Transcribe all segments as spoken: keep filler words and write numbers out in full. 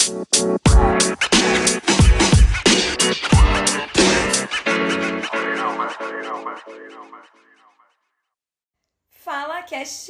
Fala, Cast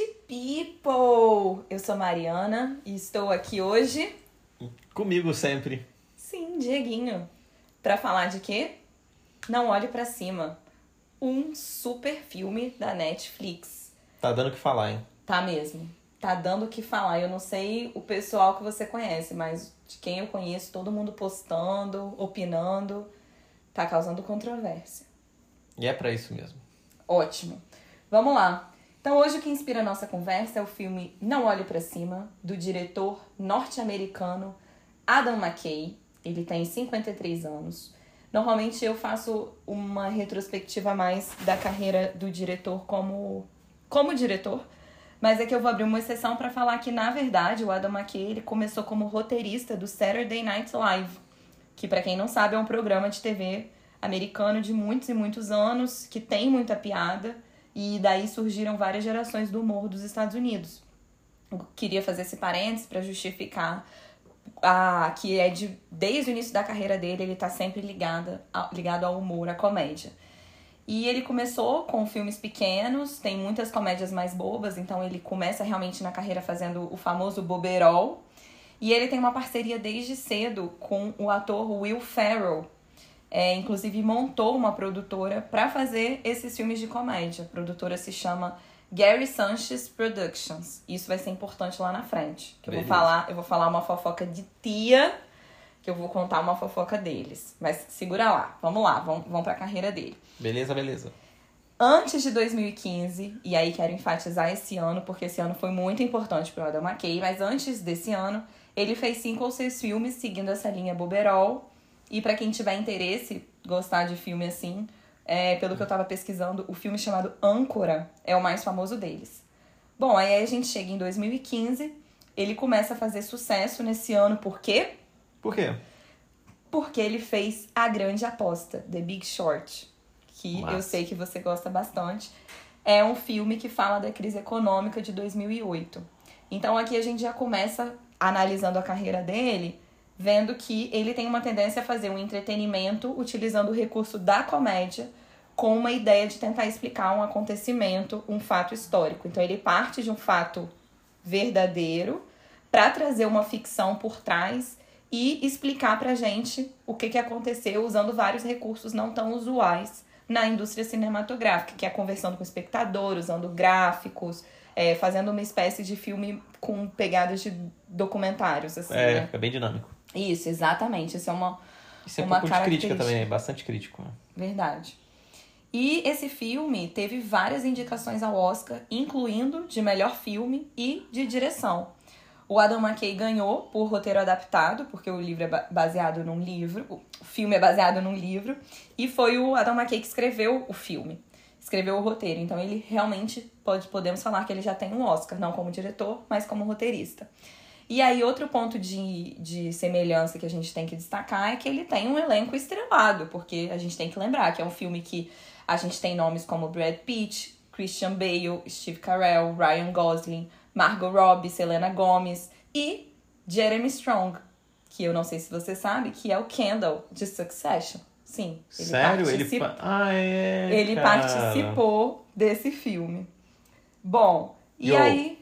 People! Eu sou Mariana e estou aqui hoje... Comigo sempre. Sim, Dieguinho. Pra falar de quê? Não Olhe Pra Cima. Um super filme da Netflix. Tá dando o que falar, hein? Tá mesmo. Tá dando o que falar. Eu não sei o pessoal que você conhece, mas de quem eu conheço, todo mundo postando, opinando. Tá causando controvérsia. E é pra isso mesmo. Ótimo. Vamos lá. Então, hoje o que inspira a nossa conversa é o filme Não Olhe Pra Cima, do diretor norte-americano Adam McKay. Ele tem cinquenta e três anos. Normalmente eu faço uma retrospectiva a mais da carreira do diretor como, como diretor, mas é que eu vou abrir uma exceção para falar que, na verdade, o Adam McKay ele começou como roteirista do Saturday Night Live, que, para quem não sabe, é um programa de T V americano de muitos e muitos anos, que tem muita piada, e daí surgiram várias gerações do humor dos Estados Unidos. Eu queria fazer esse parênteses para justificar a, que é de, desde o início da carreira dele, ele tá sempre ligado, ligado ao humor, à comédia. E ele começou com filmes pequenos, tem muitas comédias mais bobas, então ele começa realmente na carreira fazendo o famoso boberol. E ele tem uma parceria desde cedo com o ator Will Ferrell. É, inclusive montou uma produtora para fazer esses filmes de comédia. A produtora se chama Gary Sanchez Productions. Isso vai ser importante lá na frente. Que eu vou falar, eu vou falar uma fofoca de tia, que eu vou contar uma fofoca deles. Mas segura lá, vamos lá, vamos, vamos para a carreira dele. Beleza, beleza. Antes de dois mil e quinze, e aí quero enfatizar esse ano, porque esse ano foi muito importante para o Adam McKay, mas antes desse ano, ele fez cinco ou seis filmes seguindo essa linha boberol. E pra quem tiver interesse, gostar de filme assim, é, pelo que eu tava pesquisando, o filme chamado Âncora é o mais famoso deles. Bom, aí a gente chega em dois mil e quinze, ele começa a fazer sucesso nesse ano, por quê? Por quê? Porque ele fez A Grande Aposta, The Big Short, que Massa. Eu sei que você gosta bastante. É um filme que fala da crise econômica de dois mil e oito. Então aqui a gente já começa analisando a carreira dele, vendo que ele tem uma tendência a fazer um entretenimento utilizando o recurso da comédia com uma ideia de tentar explicar um acontecimento, um fato histórico. Então ele parte de um fato verdadeiro para trazer uma ficção por trás e explicar pra gente o que, que aconteceu usando vários recursos não tão usuais na indústria cinematográfica, que é conversando com o espectador, usando gráficos, é, fazendo uma espécie de filme com pegadas de documentários. Assim, É, né? fica bem dinâmico. Isso, exatamente. Isso é uma, Isso é um uma pouco de crítica também, é bastante crítico. Né? Verdade. E esse filme teve várias indicações ao Oscar, incluindo de melhor filme e de direção. O Adam McKay ganhou por roteiro adaptado, porque o livro é baseado num livro, o filme é baseado num livro, e foi o Adam McKay que escreveu o filme, escreveu o roteiro. Então ele realmente, pode, podemos falar que ele já tem um Oscar, não como diretor, mas como roteirista. E aí, outro ponto de, de semelhança que a gente tem que destacar é que ele tem um elenco estrelado, porque a gente tem que lembrar que é um filme que a gente tem nomes como Brad Pitt, Christian Bale, Steve Carell, Ryan Gosling, Margot Robbie, Selena Gomez e Jeremy Strong, que eu não sei se você sabe, que é o Kendall de Succession. Sim, ele Sério? particip... Ele, ah, é, ele cara. participou desse filme. Bom, e Yo. aí...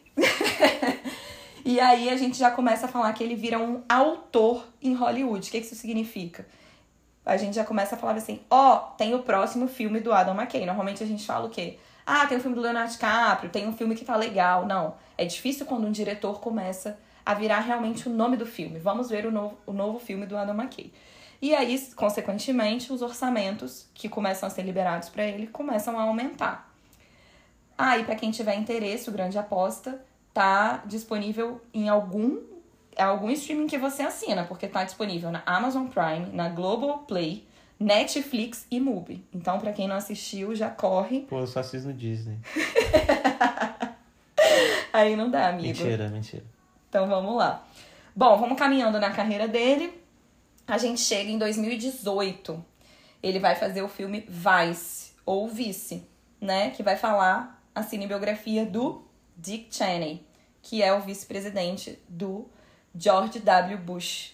E aí a gente já começa a falar que ele vira um autor em Hollywood. O que isso significa? A gente já começa a falar assim, ó, oh, tem o próximo filme do Adam McKay. Normalmente a gente fala o quê? Ah, tem um filme do Leonardo DiCaprio, tem um filme que tá legal. Não, é difícil quando um diretor começa a virar realmente o nome do filme. Vamos ver o novo, o novo filme do Adam McKay. E aí, consequentemente, os orçamentos que começam a ser liberados para ele começam a aumentar. Ah, e para quem tiver interesse, o Grande Aposta tá disponível em algum, algum streaming que você assina, porque tá disponível na Amazon Prime, na Globoplay, Netflix e Mubi. Então, pra quem não assistiu, já corre. Pô, eu só assisto no Disney. Aí não dá, amigo. Mentira, mentira. Então, vamos lá. Bom, vamos caminhando na carreira dele. A gente chega em dois mil e dezoito. Ele vai fazer o filme Vice, ou Vice, né? Que vai falar a cinebiografia do Dick Cheney, que é o vice-presidente do George W. Bush.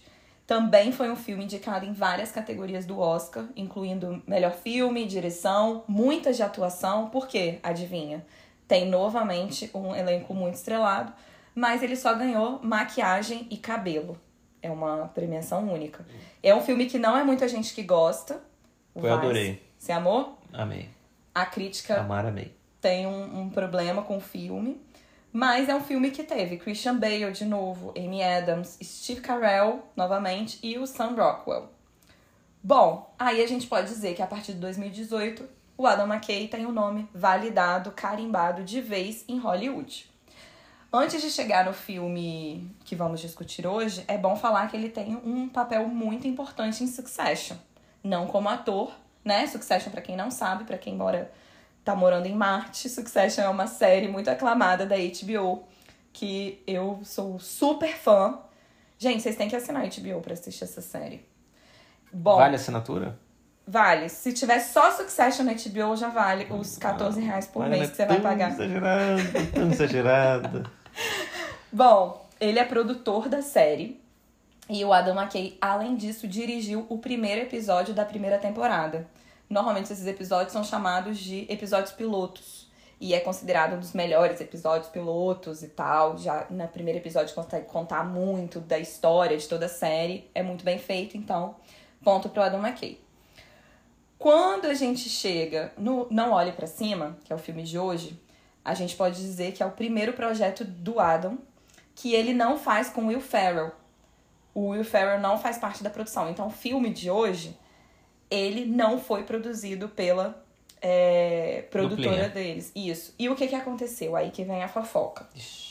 Também foi um filme indicado em várias categorias do Oscar, incluindo melhor filme, direção, muitas de atuação. Por quê? Adivinha? Tem novamente um elenco muito estrelado, mas ele só ganhou maquiagem e cabelo. É uma premiação única. É um filme que não é muita gente que gosta. Eu adorei. Você amou? Amei. A crítica Amar, amei. tem um, um problema com o filme. Mas é um filme que teve Christian Bale de novo, Amy Adams, Steve Carell novamente e o Sam Rockwell. Bom, aí a gente pode dizer que a partir de dois mil e dezoito, o Adam McKay tem o nome validado, carimbado de vez em Hollywood. Antes de chegar no filme que vamos discutir hoje, é bom falar que ele tem um papel muito importante em Succession. Não como ator, né? Succession, pra quem não sabe, pra quem mora... tá morando em Marte. Succession é uma série muito aclamada da H B O, que eu sou super fã. Gente, vocês têm que assinar a H B O pra assistir essa série. Bom, Vale a assinatura? vale. Se tiver só Succession na H B O, já vale os catorze reais por Vale, mês é que você vai tão pagar. Exagerado, tão exagerado. Bom, ele é produtor da série. E o Adam McKay, além disso, dirigiu o primeiro episódio da primeira temporada. Normalmente esses episódios são chamados de episódios pilotos. E é considerado um dos melhores episódios pilotos e tal. Já no primeiro episódio consegue contar muito da história de toda a série. É muito bem feito, então ponto pro Adam McKay. Quando a gente chega no Não Olhe Pra Cima, que é o filme de hoje, a gente pode dizer que é o primeiro projeto do Adam que ele não faz com Will Ferrell. O Will Ferrell não faz parte da produção. Então o filme de hoje... ele não foi produzido pela é, produtora Duplinha. deles. Isso. E o que que aconteceu? Aí que vem a fofoca.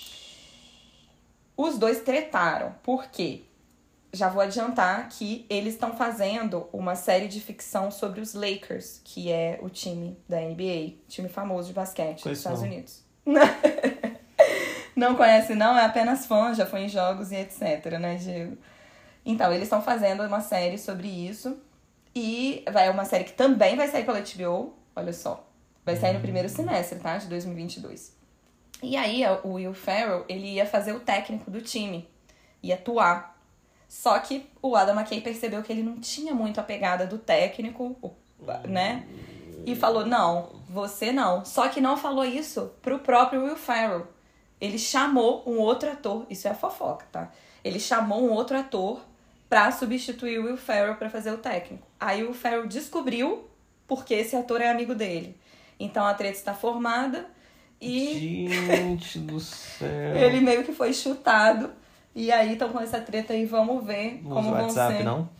Os dois tretaram. Por quê? Já vou adiantar que eles estão fazendo uma série de ficção sobre os Lakers, que é o time da N B A, time famoso de basquete dos Estados Unidos. Não conhece não? É apenas fã, já foi em jogos e etc, né, Diego? Então, eles estão fazendo uma série sobre isso. E vai uma série que também vai sair pela H B O. Olha só. Vai sair no primeiro semestre, tá? De dois mil e vinte e dois. E aí, o Will Ferrell, ele ia fazer o técnico do time. Ia atuar. Só que o Adam McKay percebeu que ele não tinha muito a pegada do técnico, né? E falou, não, você não. Só que não falou isso pro próprio Will Ferrell. Ele chamou um outro ator. Isso é a fofoca, tá? Ele chamou um outro ator pra substituir o Will Ferrell pra fazer o técnico. Aí o Will Ferrell descobriu porque esse ator é amigo dele. Então a treta está formada e... Gente do céu. ele meio que foi chutado. E aí estão com essa treta aí, vamos ver Não como usa vão WhatsApp, ser. não?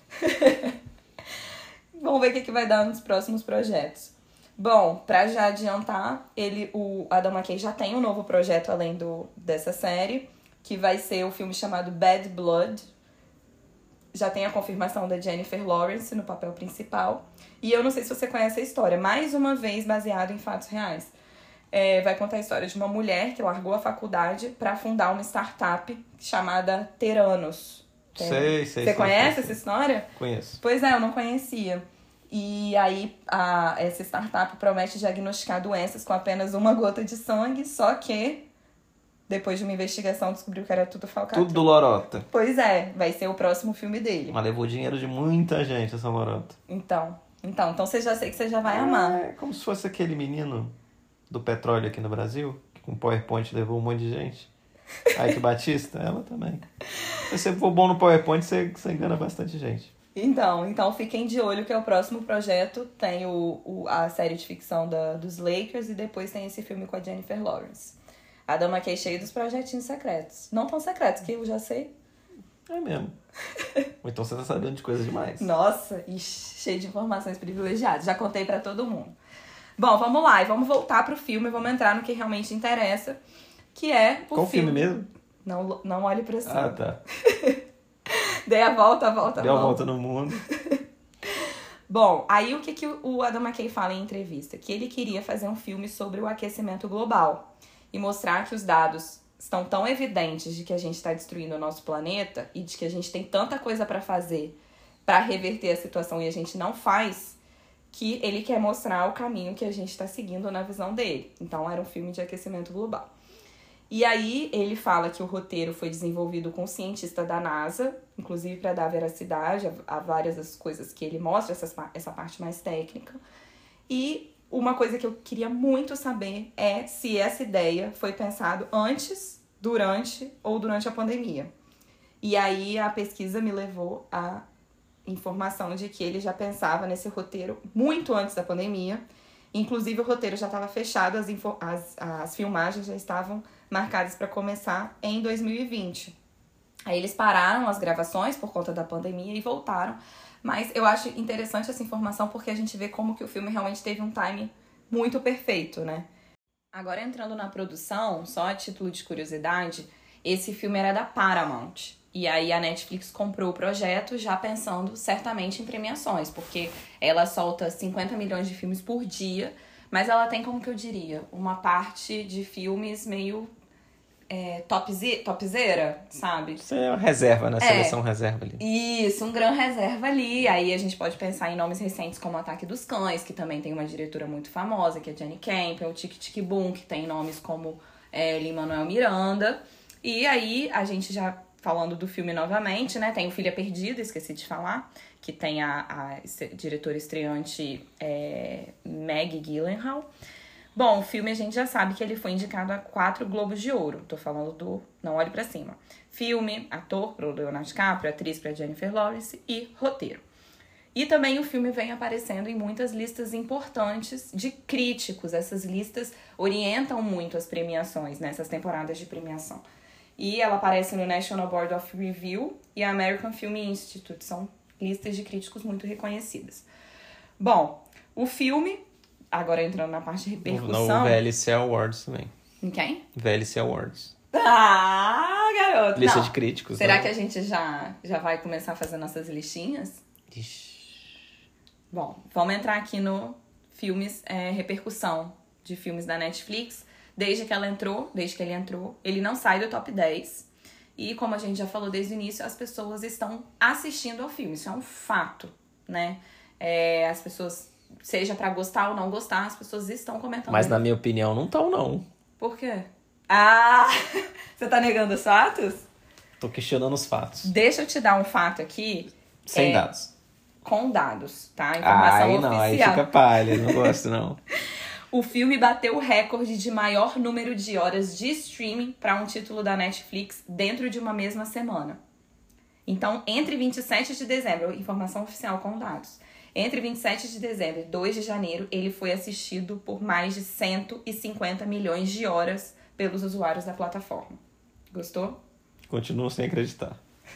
Vamos ver o que, que vai dar nos próximos projetos. Bom, pra já adiantar, ele, o Adam McKay já tem um novo projeto além do, dessa série, que vai ser o filme chamado Bad Blood. Já tem a confirmação da Jennifer Lawrence no papel principal. E eu não sei se você conhece a história. Mais uma vez baseado em fatos reais. É, vai contar a história de uma mulher que largou a faculdade para fundar uma startup chamada Theranos. Sei, sei, Você sei, conhece sei, essa história? Conheço. Pois é, eu não conhecia. E aí a, essa startup promete diagnosticar doenças com apenas uma gota de sangue, só que depois de uma investigação descobriu que era tudo falcatrua. Tudo lorota. Pois é, vai ser o próximo filme dele. Mas levou dinheiro de muita gente, essa lorota. Então, então, então você já sei que você já vai amar. É como se fosse aquele menino do petróleo aqui no Brasil, que com PowerPoint levou um monte de gente. Aí que Batista, ela também. Se você for bom no PowerPoint, você, você engana bastante gente. Então, então fiquem de olho que é o próximo projeto. Tem o, o, a série de ficção da, dos Lakers e depois tem esse filme com a Jennifer Lawrence. A Adam McKay cheio dos projetinhos secretos. Não tão secretos, que eu já sei. É mesmo. Ou então você tá sabendo de coisa demais. Nossa, ixi, cheio de informações privilegiadas. Já contei pra todo mundo. Bom, vamos lá. E vamos voltar pro filme e vamos entrar no que realmente interessa. Que é o Qual filme. filme mesmo? Não, não olhe pra cima. Ah, tá. Dei a volta, a volta, a Deu a volta. volta no mundo. Bom, aí o que, que o Adam McKay fala em entrevista? Que ele queria fazer um filme sobre o aquecimento global e mostrar que os dados estão tão evidentes de que a gente está destruindo o nosso planeta e de que a gente tem tanta coisa para fazer para reverter a situação e a gente não faz, que ele quer mostrar o caminho que a gente está seguindo na visão dele. Então era um filme de aquecimento global. E aí ele fala que o roteiro foi desenvolvido com um cientista da NASA, inclusive para dar veracidade a, a várias das coisas que ele mostra, essas, essa parte mais técnica. E uma coisa que eu queria muito saber é se essa ideia foi pensada antes, durante ou durante a pandemia. E aí a pesquisa me levou à informação de que ele já pensava nesse roteiro muito antes da pandemia. Inclusive o roteiro já estava fechado, as, info- as, as filmagens já estavam marcadas para começar em dois mil e vinte. Aí eles pararam as gravações por conta da pandemia e voltaram. Mas eu acho interessante essa informação porque a gente vê como que o filme realmente teve um time muito perfeito, né? Agora entrando na produção, só a título de curiosidade, esse filme era da Paramount. E aí a Netflix comprou o projeto já pensando certamente em premiações, porque ela solta cinquenta milhões de filmes por dia, mas ela tem, como que eu diria, uma parte de filmes meio é, topze, topzera, sabe? Isso é uma reserva, né? É. Seleção reserva ali. Isso, um gran reserva ali. Aí a gente pode pensar em nomes recentes como Ataque dos Cães, que também tem uma diretora muito famosa, que é Jenny Campbell, Tic Tic Boom, que tem nomes como é, Lin-Manuel Miranda. E aí a gente já... Falando do filme novamente, né? Tem o Filha Perdida, esqueci de falar, que tem a, a diretora estreante é, Maggie Gyllenhaal. Bom, o filme a gente já sabe que ele foi indicado a quatro Globos de Ouro. Tô falando do Não Olhe Pra Cima. Filme, ator pro Leonardo DiCaprio, atriz pra Jennifer Lawrence e roteiro. E também o filme vem aparecendo em muitas listas importantes de críticos. Essas listas orientam muito as premiações, nessas temporadas de premiação. E ela aparece no National Board of Review e a American Film Institute. São listas de críticos muito reconhecidas. Bom, o filme, agora entrando na parte de repercussão... No V L C Awards também. Em quem? V L C Awards. Ah, garoto! Lista Não. de críticos. Será né? que a gente já, já vai começar a fazer nossas listinhas? Ixi. Bom, vamos entrar aqui no filmes, é, repercussão de filmes da Netflix. Desde que ela entrou, desde que ele entrou, ele não sai do top dez. E como a gente já falou desde o início, as pessoas estão assistindo ao filme. Isso é um fato, né? É, as pessoas, seja pra gostar ou não gostar, as pessoas estão comentando. Mas na minha opinião não estão, não. Por quê? Ah! Você tá negando os fatos? Tô questionando os fatos. Deixa eu te dar um fato aqui. Sem é, dados. Com dados, tá? Informação Aí não, aí oficial. fica palha, não gosto não. O filme bateu o recorde de maior número de horas de streaming para um título da Netflix dentro de uma mesma semana. Então, entre vinte e sete de dezembro, informação oficial com dados, entre vinte e sete de dezembro e dois de janeiro, ele foi assistido por mais de cento e cinquenta milhões de horas pelos usuários da plataforma. Gostou? Continuo sem acreditar.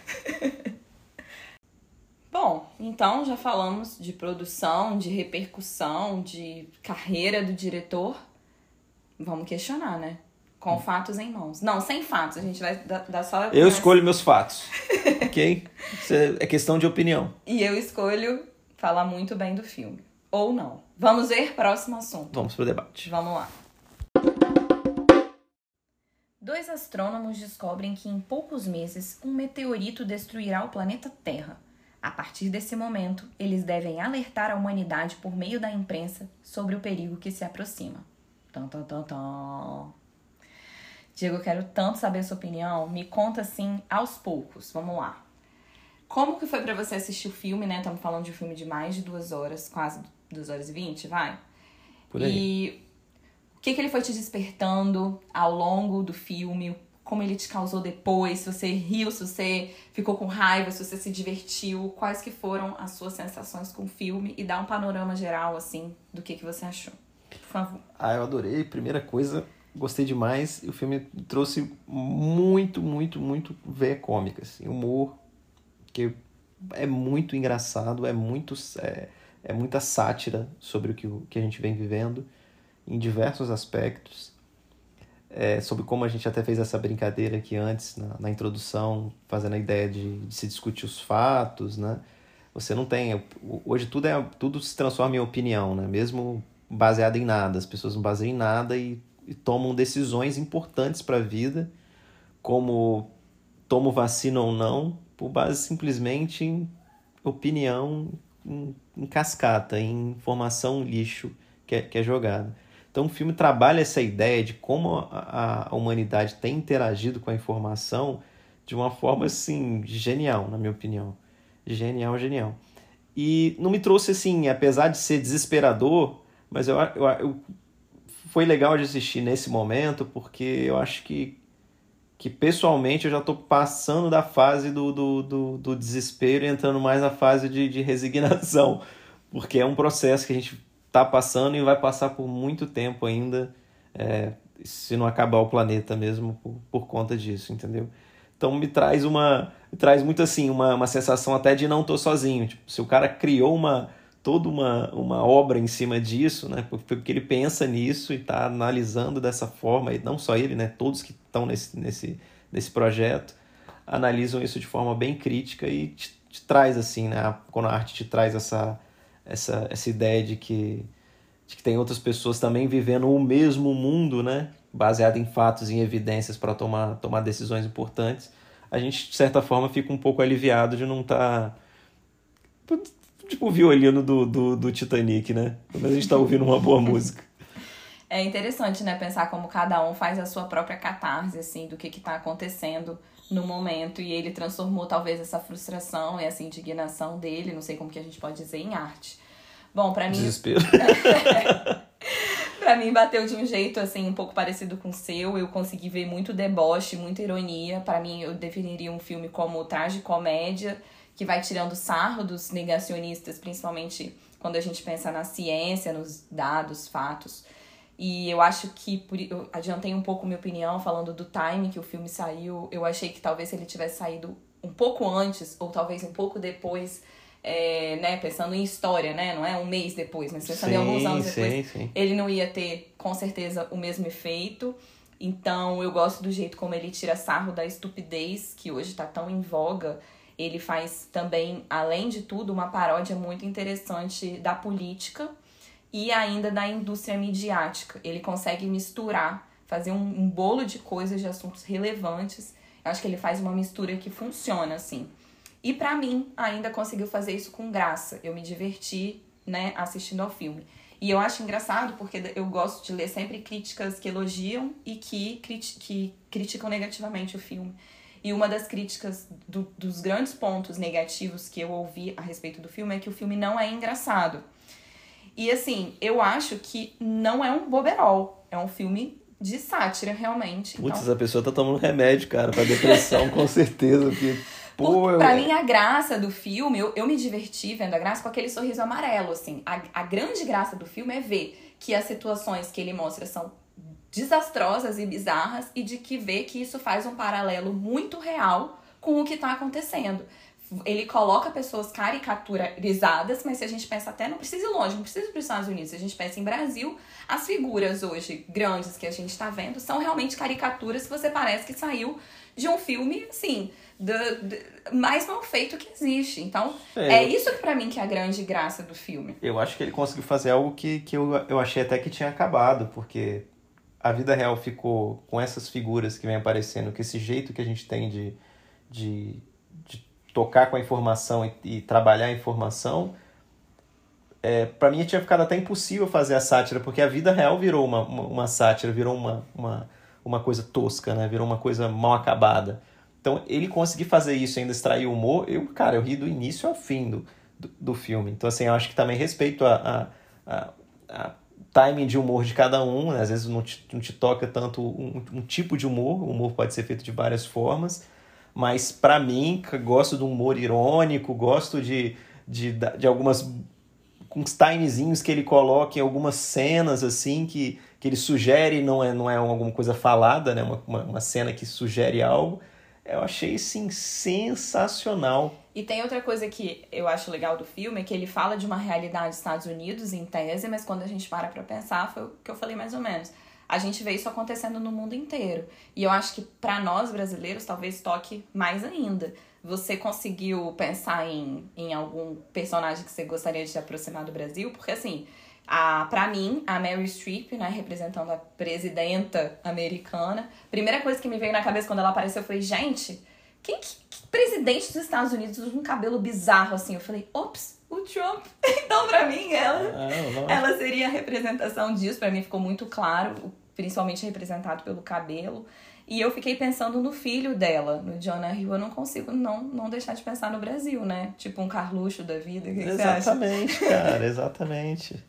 Bom, então já falamos de produção, de repercussão, de carreira do diretor. Vamos questionar, né? Com fatos em mãos. Não, sem fatos. A gente vai dar, dar só... Eu escolho meus fatos, ok? Isso é questão de opinião. E eu escolho falar muito bem do filme. Ou não. Vamos ver, próximo assunto. Vamos pro debate. Vamos lá. Dois astrônomos descobrem que em poucos meses um meteorito destruirá o planeta Terra. A partir desse momento, eles devem alertar a humanidade por meio da imprensa sobre o perigo que se aproxima. Tum, tum, tum, tum. Diego, eu quero tanto saber a sua opinião. Me conta assim, aos poucos. Vamos lá. Como que foi pra você assistir o filme, né? Estamos falando de um filme de mais de duas horas, quase duas horas e vinte, vai? Por aí. E o que, que ele foi te despertando ao longo do filme? Como ele te causou depois? Se você riu, se você ficou com raiva, se você se divertiu? Quais que foram as suas sensações com o filme? E dá um panorama geral, assim, do que, que você achou. Por favor. Ah, eu adorei. Primeira coisa, gostei demais. O filme trouxe muito, muito, muito veia cômica, assim, humor, que é muito engraçado, é muito é, é muita sátira sobre o que, o que a gente vem vivendo em diversos aspectos. É, sobre como a gente até fez essa brincadeira aqui antes, na, na introdução, fazendo a ideia de, de se discutir os fatos, né? Você não tem... Hoje tudo, é, tudo se transforma em opinião, né? Mesmo baseado em nada. As pessoas não baseiam em nada e, e tomam decisões importantes para a vida, como tomo vacina ou não, por base simplesmente em opinião, em, em cascata, em informação lixo que é, que é jogada. Então o filme trabalha essa ideia de como a, a humanidade tem interagido com a informação de uma forma, assim, genial, na minha opinião. Genial, genial. E não me trouxe, assim, apesar de ser desesperador, mas eu, eu, eu foi legal de assistir nesse momento, porque eu acho que, que pessoalmente, eu já estou passando da fase do, do, do, do desespero e entrando mais na fase de, de resignação, porque é um processo que a gente está passando e vai passar por muito tempo ainda, é, se não acabar o planeta mesmo, por, por conta disso, entendeu? Então me traz uma, me traz muito assim, uma, uma sensação até de não estou sozinho. Tipo, se o cara criou uma, toda uma, uma obra em cima disso, né? Porque ele pensa nisso e está analisando dessa forma, e não só ele, né? Todos que estão nesse, nesse, nesse projeto analisam isso de forma bem crítica e te, te traz assim, né? Quando a arte te traz essa, essa, essa ideia de que, de que tem outras pessoas também vivendo o mesmo mundo, né? Baseado em fatos e em evidências para tomar, tomar decisões importantes, a gente, de certa forma, fica um pouco aliviado de não estar... Tá, tipo o violino do, do, do Titanic, né? Mas a gente está ouvindo uma boa música. É interessante, né? Pensar como cada um faz a sua própria catarse, assim, do que está acontecendo no momento. E ele transformou, talvez, essa frustração e essa indignação dele, não sei como que a gente pode dizer, em arte. Bom, para mim... Desespero. Pra mim, bateu de um jeito, assim, um pouco parecido com o seu. Eu consegui ver muito deboche, muita ironia. Pra mim, eu definiria um filme como tragicomédia, que vai tirando sarro dos negacionistas, principalmente quando a gente pensa na ciência, nos dados, fatos. E eu acho que, por, eu adiantei um pouco minha opinião, falando do time que o filme saiu. Eu achei que talvez se ele tivesse saído um pouco antes, ou talvez um pouco depois... É, né, pensando em história, né, não é um mês depois, mas pensando sim, em alguns anos depois, sim, sim. Ele não ia ter, com certeza, o mesmo efeito. Então, eu gosto do jeito como ele tira sarro da estupidez, que hoje está tão em voga. Ele faz também, além de tudo, uma paródia muito interessante da política e ainda da indústria midiática. Ele consegue misturar, fazer um, um bolo de coisas, de assuntos relevantes. Eu acho que ele faz uma mistura que funciona, assim. E pra mim, ainda conseguiu fazer isso com graça. Eu me diverti, né, assistindo ao filme. E eu acho engraçado porque eu gosto de ler sempre críticas que elogiam e que, criti- que criticam negativamente o filme. E uma das críticas do, dos grandes pontos negativos que eu ouvi a respeito do filme é que o filme não é engraçado. E assim, eu acho que não é um boberol. É um filme de sátira, realmente. Putz, então... a pessoa tá tomando remédio, cara, pra depressão, com certeza, porque... Pô, eu... Pra mim, a graça do filme, eu, eu me diverti vendo a graça com aquele sorriso amarelo, assim. A, a grande graça do filme é ver que as situações que ele mostra são desastrosas e bizarras e de que vê que isso faz um paralelo muito real com o que tá acontecendo. Ele coloca pessoas caricaturizadas, mas se a gente pensa até, não precisa ir longe, não precisa ir para os Estados Unidos, se a gente pensa em Brasil, as figuras hoje grandes que a gente tá vendo são realmente caricaturas que você parece que saiu de um filme, assim... Do, do, mais mal feito que existe. Então, é, é isso que pra mim que é a grande graça do filme. Eu acho que ele conseguiu fazer algo que, que eu, eu achei até que tinha acabado, porque a vida real ficou com essas figuras que vem aparecendo, com esse jeito que a gente tem de, de, de tocar com a informação e, e trabalhar a informação. É, pra mim tinha ficado até impossível fazer a sátira, porque a vida real virou uma, uma, uma sátira, virou uma, uma, uma coisa tosca, né? Virou uma coisa mal acabada. Então, ele conseguir fazer isso e ainda extrair o humor, eu, cara, eu ri do início ao fim do, do, do filme. Então, assim, eu acho que também respeito a, a, a, a timing de humor de cada um, né? Às vezes não te, não te toca tanto um, um tipo de humor, o humor pode ser feito de várias formas, mas pra mim, gosto do humor irônico, gosto de, de, de algumas... uns timezinhos que ele coloca em algumas cenas, assim, que, que ele sugere, não é, não é alguma coisa falada, né? Uma, uma, uma cena que sugere algo. Eu achei, sim, sensacional. E tem outra coisa que eu acho legal do filme, é que ele fala de uma realidade dos Estados Unidos, em tese, mas quando a gente para pra pensar, foi o que eu falei mais ou menos. A gente vê isso acontecendo no mundo inteiro. E eu acho que pra nós, brasileiros, talvez toque mais ainda. Você conseguiu pensar em, em algum personagem que você gostaria de se aproximar do Brasil? Porque, assim... A, pra mim, a Meryl Streep, né, representando a presidenta americana, primeira coisa que me veio na cabeça quando ela apareceu foi, gente, quem que, que presidente dos Estados Unidos usa um cabelo bizarro assim? Eu falei, ops, o Trump. Então, pra mim, ela, não, não. ela seria a representação disso. Pra mim ficou muito claro, principalmente representado pelo cabelo. E eu fiquei pensando no filho dela, no Jonah Hill. Eu não consigo não, não deixar de pensar no Brasil, né? Tipo um Carluxo da vida. O que, que você acha? Exatamente, cara, exatamente.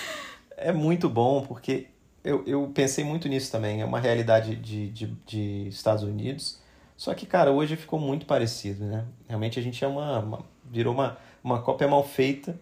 É muito bom, porque eu, eu pensei muito nisso também. É uma realidade de, de, de Estados Unidos. Só que, cara, hoje ficou muito parecido, né? Realmente a gente é uma, uma virou uma, uma cópia mal feita.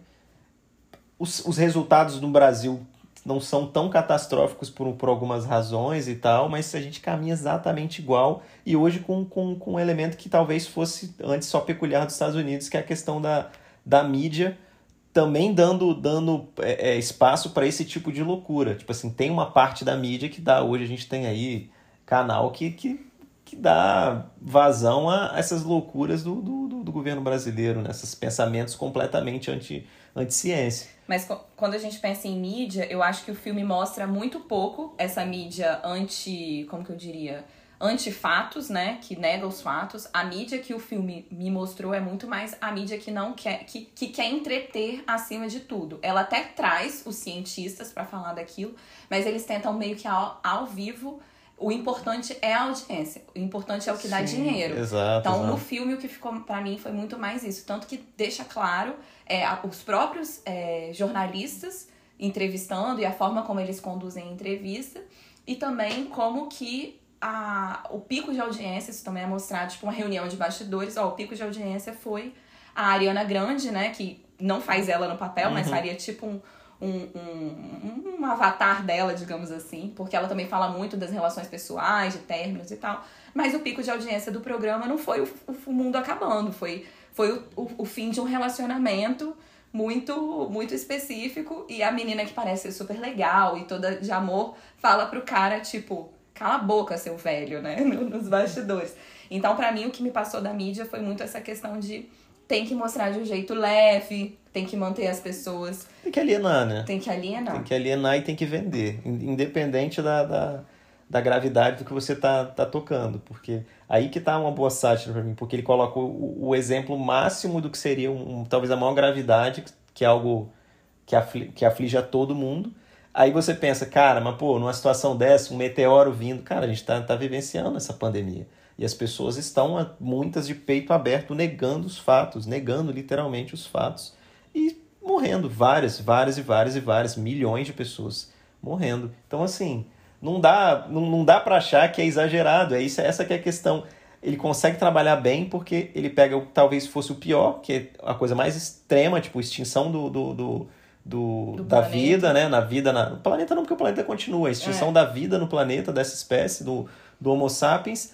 Os, os resultados no Brasil não são tão catastróficos por, por algumas razões e tal, mas a gente caminha exatamente igual. E hoje com, com, com um elemento que talvez fosse antes só peculiar dos Estados Unidos, que é a questão da, da mídia também dando, dando é, é, espaço para esse tipo de loucura. Tipo assim, tem uma parte da mídia que dá, hoje a gente tem aí canal que, que, que dá vazão a essas loucuras do, do, do governo brasileiro, né? Esses pensamentos completamente anti, anti-ciência. Mas quando a gente pensa em mídia, eu acho que o filme mostra muito pouco essa mídia anti... Como que eu diria? Anti-fatos, né? Que nega os fatos. A mídia que o filme me mostrou é muito mais a mídia que não quer... Que, que quer entreter acima de tudo. Ela até traz os cientistas pra falar daquilo, mas eles tentam meio que ao, ao vivo... O importante é a audiência. O importante é o que dá Sim, dinheiro. Exato, então, exato. no filme, o que ficou pra mim foi muito mais isso. Tanto que deixa claro é, os próprios é, jornalistas entrevistando e a forma como eles conduzem a entrevista. E também como que a, o pico de audiência, isso também é mostrado, tipo uma reunião de bastidores. Ó, o pico de audiência foi a Ariana Grande, né? Que não faz ela no papel, uhum. mas faria tipo um... Um, um, um avatar dela, digamos assim, porque ela também fala muito das relações pessoais, de términos e tal, mas o pico de audiência do programa não foi o, o mundo acabando, foi, foi o, o, o fim de um relacionamento muito, muito específico, e a menina que parece super legal e toda de amor fala pro cara, tipo, cala a boca, seu velho, né, nos bastidores. Então, pra mim, o que me passou da mídia foi muito essa questão de tem que mostrar de um jeito leve, tem que manter as pessoas... Tem que alienar, né? Tem que alienar. Tem que alienar e tem que vender, independente da, da, da gravidade do que você tá, tá tocando. Porque aí que tá uma boa sátira pra mim, porque ele coloca o, o exemplo máximo do que seria um, um, talvez a maior gravidade, que é algo que, afli, que aflige a todo mundo. Aí você pensa, cara, mas pô, numa situação dessa, um meteoro vindo... Cara, a gente tá, tá vivenciando essa pandemia. E as pessoas estão, muitas de peito aberto, negando os fatos, negando literalmente os fatos. E morrendo, várias, várias e várias e várias, milhões de pessoas morrendo. Então, assim, não dá, não, não dá para achar que é exagerado. É isso, essa que é a questão. Ele consegue trabalhar bem porque ele pega, talvez fosse o pior, que é a coisa mais extrema, tipo, extinção do... do, do Do, do da planeta. vida, né? Na vida, na, no planeta não, porque o planeta continua. A extinção é. da vida no planeta, dessa espécie, do, do Homo sapiens.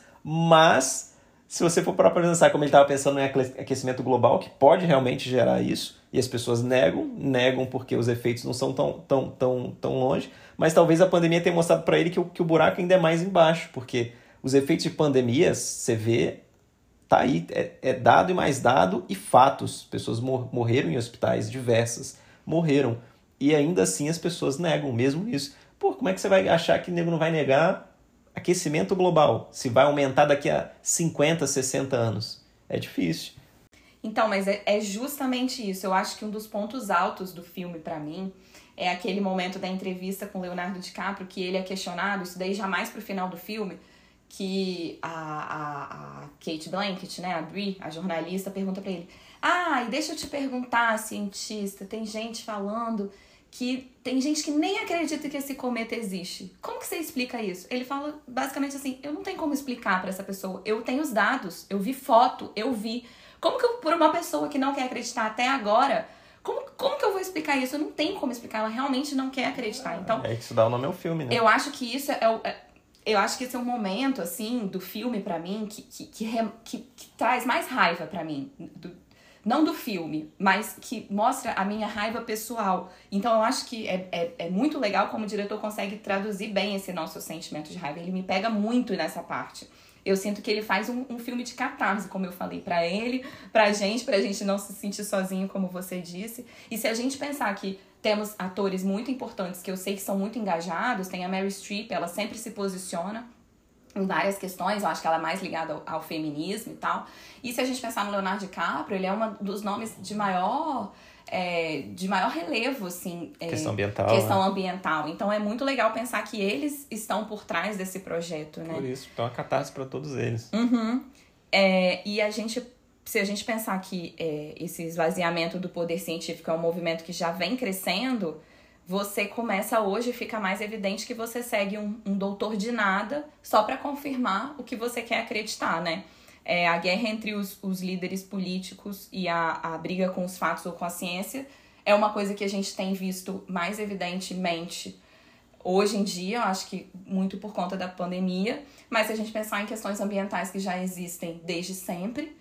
Mas, se você for para pensar como ele estava pensando em aquecimento global, que pode realmente gerar isso, e as pessoas negam, negam porque os efeitos não são tão, tão, tão, tão longe, mas talvez a pandemia tenha mostrado para ele que o, que o buraco ainda é mais embaixo, porque os efeitos de pandemias, você vê, tá aí, é, é dado e mais dado, e fatos. Pessoas mor- morreram em hospitais diversas, morreram. E ainda assim as pessoas negam mesmo isso. Pô, como é que você vai achar que o nego não vai negar aquecimento global? Se vai aumentar daqui a cinquenta, sessenta anos? É difícil. Então, mas é, é justamente isso. Eu acho que um dos pontos altos do filme, pra mim, é aquele momento da entrevista com Leonardo DiCaprio, que ele é questionado, isso daí já mais pro final do filme, que a, a, a Kate Blanchett, né, a Brie, a jornalista, pergunta pra ele: ah, e deixa eu te perguntar, cientista, tem gente falando que tem gente que nem acredita que esse cometa existe. Como que você explica isso? Ele fala basicamente assim: eu não tenho como explicar pra essa pessoa. Eu tenho os dados, eu vi foto, eu vi. Como que eu, por uma pessoa que não quer acreditar até agora, como, como que eu vou explicar isso? Eu não tenho como explicar, ela realmente não quer acreditar. Então, é que isso dá o nome ao filme, né? Eu acho que isso é o... É, eu acho que esse é um momento, assim, do filme pra mim que, que, que, que, que traz mais raiva pra mim. Do, não do filme, mas que mostra a minha raiva pessoal. Então eu acho que é, é, é muito legal como o diretor consegue traduzir bem esse nosso sentimento de raiva. Ele me pega muito nessa parte. Eu sinto que ele faz um, um filme de catarse, como eu falei, pra ele, pra gente, pra gente não se sentir sozinho, como você disse. E se a gente pensar que temos atores muito importantes, que eu sei que são muito engajados, tem a Meryl Streep, ela sempre se posiciona. em várias questões, eu acho que ela é mais ligada ao, ao feminismo e tal. E se a gente pensar no Leonardo DiCaprio, ele é um dos nomes de maior... É, de maior relevo, assim, é, questão ambiental, questão né? ambiental. Então é muito legal pensar que eles estão por trás desse projeto, né? Por isso, então é uma catarse para todos eles. Uhum. É, e a gente, se a gente pensar que é, esse esvaziamento do poder científico é um movimento que já vem crescendo, você começa hoje, fica mais evidente que você segue um, um doutor de nada só para confirmar o que você quer acreditar, né? É, a guerra entre os, os líderes políticos e a, a briga com os fatos ou com a ciência é uma coisa que a gente tem visto mais evidentemente hoje em dia, eu acho que muito por conta da pandemia, mas se a gente pensar em questões ambientais que já existem desde sempre,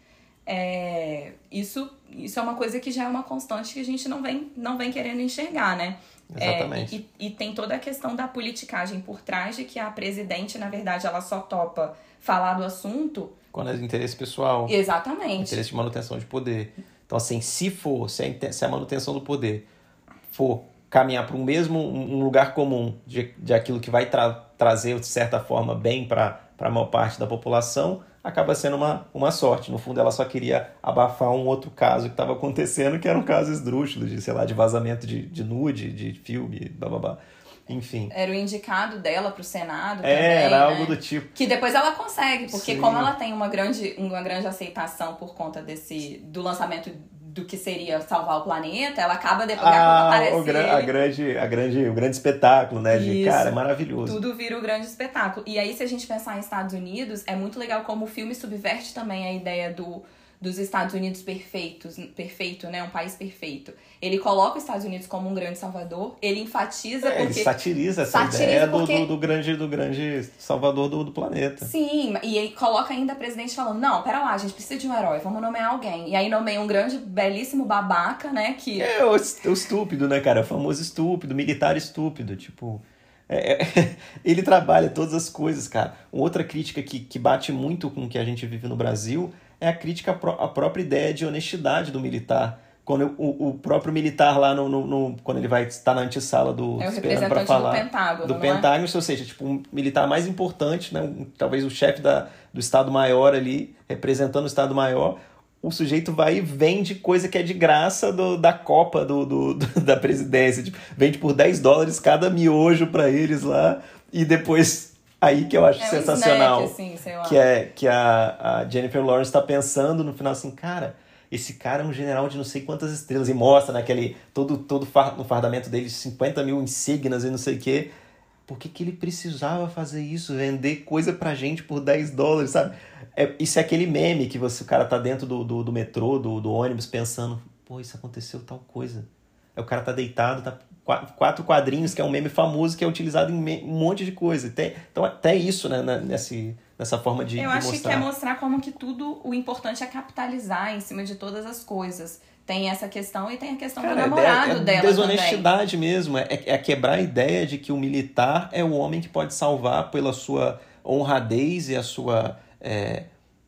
é, isso, isso é uma coisa que já é uma constante que a gente não vem, não vem querendo enxergar, né? Exatamente. É, e, e tem toda a questão da politicagem por trás de que a presidente, na verdade, ela só topa falar do assunto... Quando é de interesse pessoal. Exatamente. Interesse de manutenção de poder. Então, assim, se for, se a, se a manutenção do poder for caminhar para um mesmo um lugar comum de, de aquilo que vai tra- trazer, de certa forma, bem para a maior parte da população, acaba sendo uma, uma sorte. No fundo, ela só queria abafar um outro caso que estava acontecendo, que era um caso esdrúxulo, de, sei lá, de vazamento de, de nude, de filme, blá, blá, blá. Enfim. Era o indicado dela pro Senado é, também, era né? algo do tipo. Que depois ela consegue, porque Sim. como ela tem uma grande, uma grande aceitação por conta desse, do lançamento do que seria salvar o planeta, ela acaba depois ah, aparece o, gra- a grande, a grande, o grande espetáculo, né? De, Isso. Cara, é maravilhoso. Tudo vira o grande espetáculo. E aí, se a gente pensar em Estados Unidos, é muito legal como o filme subverte também a ideia do... dos Estados Unidos perfeitos, perfeito, né? Um país perfeito. Ele coloca os Estados Unidos como um grande salvador, ele enfatiza É, porque... ele satiriza essa satiriza ideia do, porque... do, do, grande, do grande salvador do, do planeta. Sim, e aí coloca ainda a presidente falando, não, pera lá, a gente precisa de um herói, vamos nomear alguém. E aí nomeia um grande, belíssimo babaca, né, que... É o, o estúpido, né, cara? O famoso estúpido, militar estúpido, tipo... É, é, ele trabalha todas as coisas, cara. Outra crítica que, que bate muito com o que a gente vive no Brasil é a crítica à, pró- à própria ideia de honestidade do militar. Quando o, o próprio militar lá, no, no, no, quando ele vai estar na antessala do... É o esperando pra representante falar, do Pentágono, do não Pentágono, ou seja, tipo, um militar mais importante, né, um, talvez o chefe da, do Estado-Maior ali, representando o Estado-Maior, o sujeito vai e vende coisa que é de graça do, da Copa do, do, do, da presidência. Tipo, vende por dez dólares cada miojo pra eles lá, e depois... Aí que eu acho é um sensacional, snack, assim, sei lá. que é que a, a Jennifer Lawrence está pensando no final assim, cara, esse cara é um general de não sei quantas estrelas, e mostra naquele, todo, todo far, no fardamento dele, cinquenta mil insígnias e não sei o quê. Por que que ele precisava fazer isso, vender coisa pra gente por dez dólares, sabe? É, isso é aquele meme que você, o cara tá dentro do, do, do metrô, do, do ônibus, pensando, pô, isso aconteceu tal coisa. Aí o cara tá deitado, tá quatro quadrinhos, que é um meme famoso que é utilizado em um monte de coisa. Até, então, até isso, né, nesse, nessa forma de, Eu de acho mostrar. que quer mostrar como que tudo, o importante é capitalizar em cima de todas as coisas. Tem essa questão e tem a questão Cara, do namorado é, é dela desonestidade também. mesmo. É, é quebrar a ideia de que o militar é o homem que pode salvar pela sua honradez e a sua... É,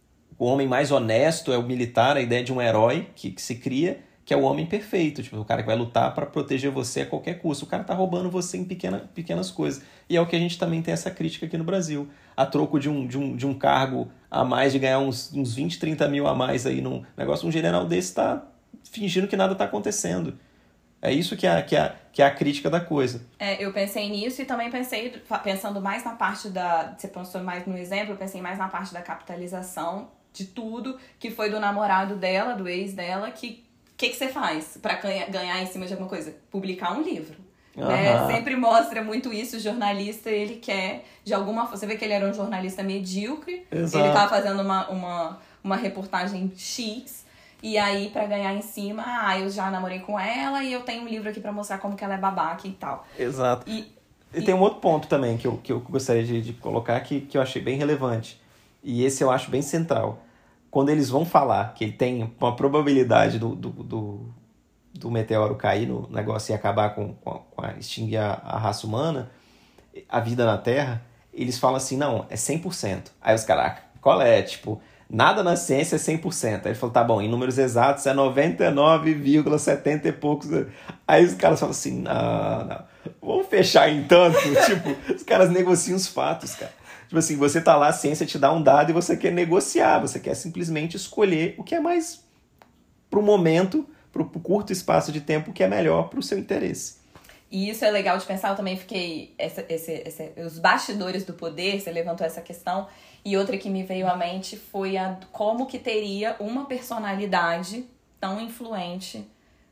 o homem mais honesto é o militar, a ideia de um herói que, que se cria, que é o homem perfeito, tipo, o cara que vai lutar para proteger você a qualquer custo. O cara tá roubando você em pequena, pequenas coisas. E é o que a gente também tem essa crítica aqui no Brasil. A troco de um, de um, de um cargo a mais, de ganhar uns, uns vinte, trinta mil a mais aí num negócio, um general desse tá fingindo que nada tá acontecendo. É isso que é, que é, que é a crítica da coisa. É, eu pensei nisso e também pensei, pensando mais na parte da... Você pensou mais no exemplo, eu pensei mais na parte da capitalização de tudo, que foi do namorado dela, do ex dela, que... O que, que você faz pra ganha, ganhar em cima de alguma coisa? Publicar um livro. Uhum. Né? Sempre mostra muito isso. O jornalista, ele quer, de alguma forma... Você vê que ele era um jornalista medíocre. Exato. Ele tava fazendo uma, uma, uma reportagem X. E aí, pra ganhar em cima, ah, eu já namorei com ela e eu tenho um livro aqui pra mostrar como que ela é babaca e tal. Exato. E, e tem um outro ponto também que eu, que eu gostaria de, de colocar que, que eu achei bem relevante. E esse eu acho bem central. Quando eles vão falar que ele tem uma probabilidade do, do, do, do meteoro cair no negócio e acabar com, com, a, com a, extinguir a, a raça humana, a vida na Terra, eles falam assim, não, é cem por cento. Aí os caras, qual é? Tipo, nada na ciência é cem por cento. Aí ele falou, tá bom, em números exatos é noventa e nove vírgula setenta e poucos. Aí os caras falam assim, não, não, vamos fechar em tanto. Tipo, os caras negociam os fatos, cara. Tipo assim, você tá lá, a ciência te dá um dado e você quer negociar, você quer simplesmente escolher o que é mais pro momento, pro, pro curto espaço de tempo, o que é melhor pro seu interesse. E isso é legal de pensar, eu também fiquei... Essa, esse, esse, os bastidores do poder, você levantou essa questão. E outra que me veio à mente foi a, como que teria uma personalidade tão influente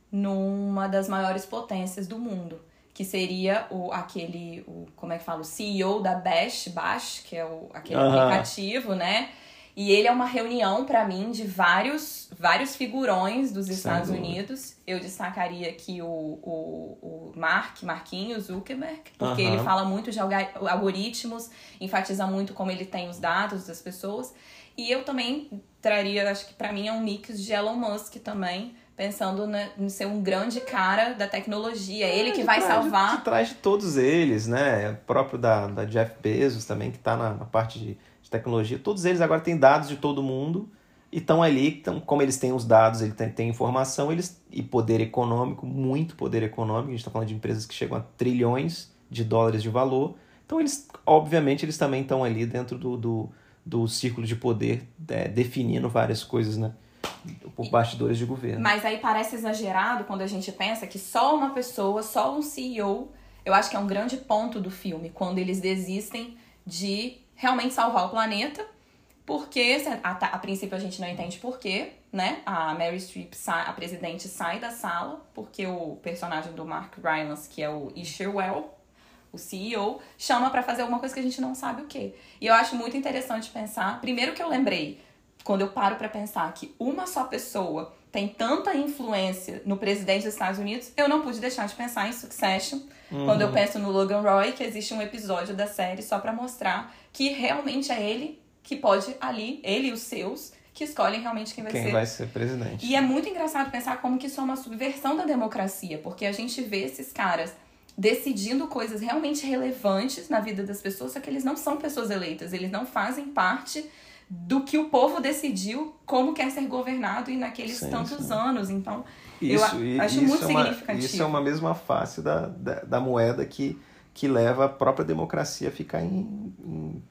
numa das maiores potências do mundo. Que seria o, aquele, o, como é que fala? O C E O da Bash, Bash, que é o, aquele uhum. aplicativo, né? E ele é uma reunião, pra mim, de vários, vários figurões dos Estados Sem Unidos. Dúvida. Eu destacaria aqui o, o, o Mark, Marquinhos Zuckerberg, porque uhum. ele fala muito de algoritmos, enfatiza muito como ele tem os dados das pessoas. E eu também traria, acho que pra mim é um mix de Elon Musk também, pensando em ser um grande cara da tecnologia. É, ele que vai trás, salvar... De trás de todos eles, né? O próprio da, da Jeff Bezos também, que tá na, na parte de... tecnologia, todos eles agora têm dados de todo mundo e estão ali, então, como eles têm os dados, eles têm, têm informação eles, e poder econômico, muito poder econômico, a gente está falando de empresas que chegam a trilhões de dólares de valor, então eles, obviamente, eles também estão ali dentro do, do, do círculo de poder, é, definindo várias coisas, né, por bastidores de governo. Mas aí parece exagerado quando a gente pensa que só uma pessoa, só um C E O, eu acho que é um grande ponto do filme, quando eles desistem de realmente salvar o planeta, porque a, a, a princípio a gente não entende por quê, né? A Meryl Streep, sai, a presidente, sai da sala, porque o personagem do Mark Rylance, que é o Isherwell, o C E O, chama pra fazer alguma coisa que a gente não sabe o quê. E eu acho muito interessante pensar, primeiro que eu lembrei, quando eu paro pra pensar que uma só pessoa tem tanta influência no presidente dos Estados Unidos, eu não pude deixar de pensar em Succession, uhum. quando eu penso no Logan Roy, que existe um episódio da série só pra mostrar que realmente é ele que pode ali, ele e os seus, que escolhem realmente quem vai quem ser. Quem vai ser presidente. E é muito engraçado pensar como que isso é uma subversão da democracia, porque a gente vê esses caras decidindo coisas realmente relevantes na vida das pessoas, só que eles não são pessoas eleitas, eles não fazem parte do que o povo decidiu como quer ser governado e naqueles sim, tantos sim. anos. Então, isso, eu acho isso muito é uma, significativo. Isso é uma mesma face da, da, da moeda que, que leva a própria democracia a ficar em, em,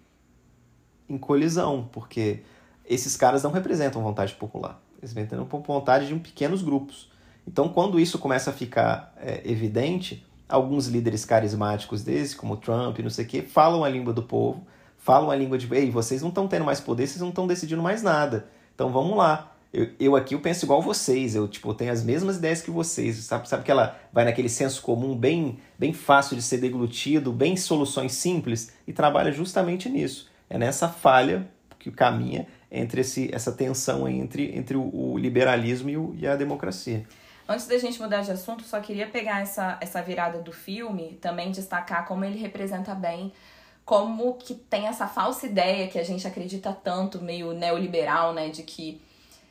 em colisão, porque esses caras não representam vontade popular. Eles representam vontade de um pequenos grupos. Então, quando isso começa a ficar é, evidente, alguns líderes carismáticos desses, como Trump, não sei o quê, falam a língua do povo, falam a língua de, ei, vocês não estão tendo mais poder, vocês não estão decidindo mais nada. Então vamos lá. Eu, eu aqui eu penso igual vocês, eu tipo, tenho as mesmas ideias que vocês. Sabe, sabe que ela vai naquele senso comum bem, bem fácil de ser deglutido, bem soluções simples, e trabalha justamente nisso. É nessa falha que caminha entre esse, essa tensão entre, entre o, o liberalismo e, o, e a democracia. Antes da gente mudar de assunto, só queria pegar essa, essa virada do filme, também destacar como ele representa bem como que tem essa falsa ideia que a gente acredita tanto, meio neoliberal, né? De que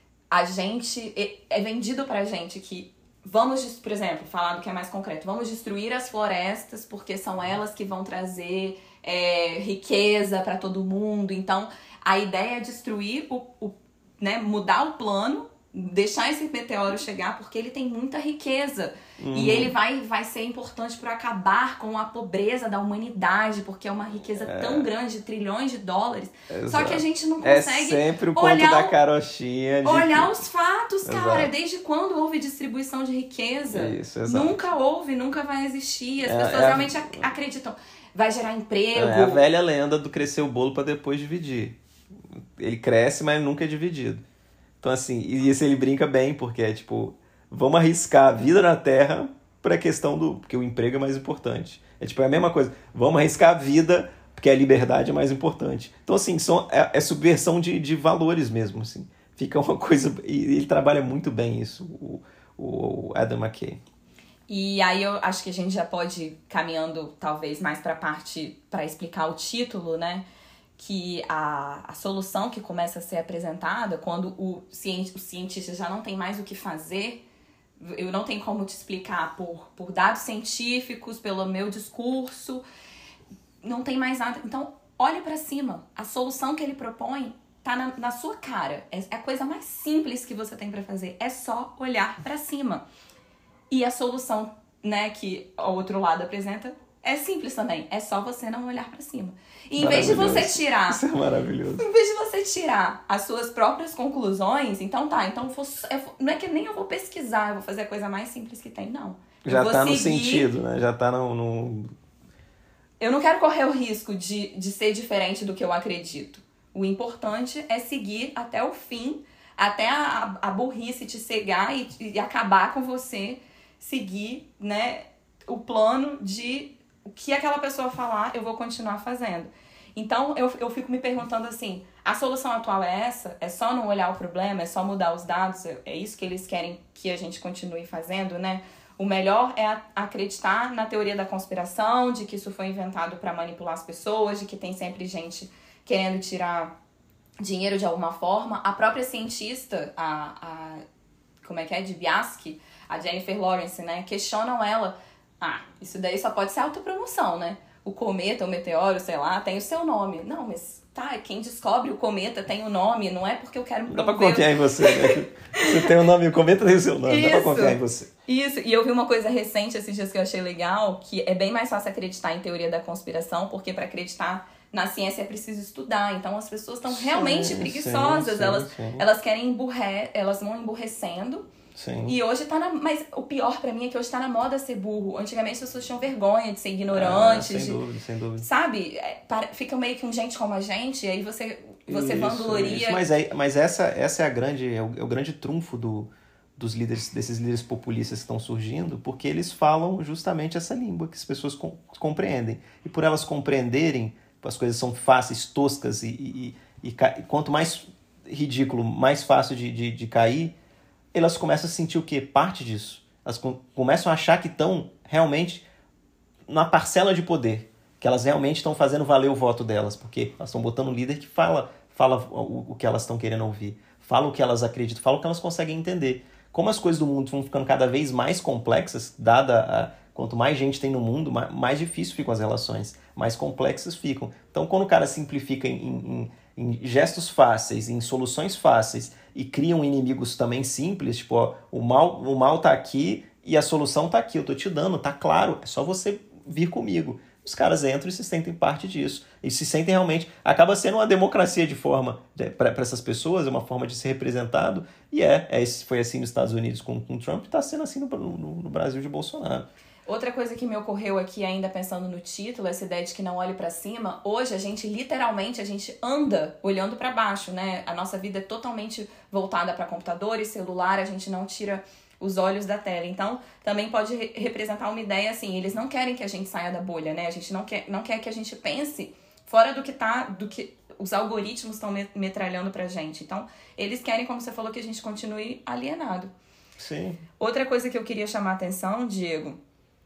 a gente... É vendido pra gente que vamos, por exemplo, falar do que é mais concreto, vamos destruir as florestas porque são elas que vão trazer é, riqueza pra todo mundo. Então, a ideia é destruir, o, o, né? Mudar o plano, deixar esse meteoro chegar porque ele tem muita riqueza. Uhum. E ele vai, vai ser importante para acabar com a pobreza da humanidade, porque é uma riqueza é. tão grande, trilhões de dólares. Exato. Só que a gente não consegue é sempre o conto olhar, da carochinha. De olhar que... os fatos, cara. Exato. Desde quando houve distribuição de riqueza? Isso, exato. Nunca houve, nunca vai existir. As é, pessoas é realmente a... acreditam. Vai gerar emprego. É a velha lenda do crescer o bolo para depois dividir. Ele cresce, mas nunca é dividido. Então, assim, e isso ele brinca bem, porque é tipo, vamos arriscar a vida na Terra para a questão do... Porque o emprego é mais importante. É tipo, é a mesma coisa. Vamos arriscar a vida porque a liberdade é mais importante. Então, assim, são, é, é subversão de, de valores mesmo, assim. Fica uma coisa... E ele trabalha muito bem isso, o, o Adam McKay. E aí eu acho que a gente já pode ir caminhando, talvez, mais para a parte... para explicar o título, né? Que a, a solução que começa a ser apresentada, quando o, cienti, o cientista já não tem mais o que fazer, eu não tenho como te explicar por, por dados científicos, pelo meu discurso, não tem mais nada. Então, olhe para cima. A solução que ele propõe tá na, na sua cara. É, é a coisa mais simples que você tem para fazer. É só olhar para cima. E a solução, né, que o outro lado apresenta, é simples também. É só você não olhar pra cima. E em vez de você tirar... Isso é maravilhoso. Em vez de você tirar as suas próprias conclusões, então tá, então eu vou, eu vou, não é que nem eu vou pesquisar, eu vou fazer a coisa mais simples que tem, não. Eu Já vou tá no seguir... sentido, né? Já tá no... no... Eu não quero correr o risco de, de ser diferente do que eu acredito. O importante é seguir até o fim, até a, a burrice te cegar e, e acabar com você, seguir, né, o plano de o que aquela pessoa falar, eu vou continuar fazendo. Então, eu, eu fico me perguntando assim, a solução atual é essa? É só não olhar o problema? É só mudar os dados? É isso que eles querem que a gente continue fazendo, né? O melhor é acreditar na teoria da conspiração, de que isso foi inventado para manipular as pessoas, de que tem sempre gente querendo tirar dinheiro de alguma forma. A própria cientista, a, a como é que é, de Biaski, a Jennifer Lawrence, né, questionam ela. Ah, isso daí só pode ser autopromoção, né? O cometa, o meteoro, sei lá, tem o seu nome. Não, mas tá, quem descobre o cometa tem o nome, não é porque eu quero... Dá pra confiar em você, né? Você tem o nome, o cometa tem o seu nome, isso, dá pra confiar em você. Isso, e eu vi uma coisa recente esses dias que eu achei legal, que é bem mais fácil acreditar em teoria da conspiração, porque para acreditar na ciência é preciso estudar. Então as pessoas estão realmente sim, preguiçosas, sim, elas, sim. elas querem emburrer, elas vão emburrecendo. Sim. E hoje tá na... Mas o pior pra mim é que hoje tá na moda ser burro. Antigamente as pessoas tinham vergonha de ser ignorantes. Ah, sem de, dúvida, sem dúvida. Sabe? É, para, fica meio que um gente como a gente, e aí você, você isso, vangloria. Isso. Mas, é, mas essa, essa é, a grande, é, o, é o grande trunfo do, dos líderes, desses líderes populistas que estão surgindo, porque eles falam justamente essa língua que as pessoas com, compreendem. E por elas compreenderem, as coisas são fáceis, toscas, e, e, e, e quanto mais ridículo, mais fácil de, de, de cair, elas começam a sentir o quê? Parte disso. Elas com, começam a achar que estão realmente na parcela de poder, que elas realmente estão fazendo valer o voto delas, porque elas estão botando um líder que fala, fala o, o que elas estão querendo ouvir, fala o que elas acreditam, fala o que elas conseguem entender. Como as coisas do mundo vão ficando cada vez mais complexas, dada a, quanto mais gente tem no mundo, mais, mais difícil ficam as relações, mais complexas ficam. Então, quando o cara simplifica em, em, em gestos fáceis, em soluções fáceis, e criam inimigos também simples, tipo, ó, o mal, o mal tá aqui e a solução tá aqui, eu tô te dando, tá claro, é só você vir comigo. Os caras entram e se sentem parte disso. E se sentem realmente... Acaba sendo uma democracia de forma... Para essas pessoas, é uma forma de ser representado. E é, é foi assim nos Estados Unidos com, com Trump, e tá sendo assim no, no, no Brasil de Bolsonaro. Outra coisa que me ocorreu aqui, ainda pensando no título, essa ideia de que não olhe pra cima, hoje a gente, literalmente, a gente anda olhando pra baixo, né? A nossa vida é totalmente voltada pra computador e celular, a gente não tira os olhos da tela. Então, também pode re- representar uma ideia assim, eles não querem que a gente saia da bolha, né? A gente não quer, não quer que a gente pense fora do que tá, do que os algoritmos estão metralhando pra gente. Então, eles querem, como você falou, que a gente continue alienado. Sim. Outra coisa que eu queria chamar a atenção, Diego,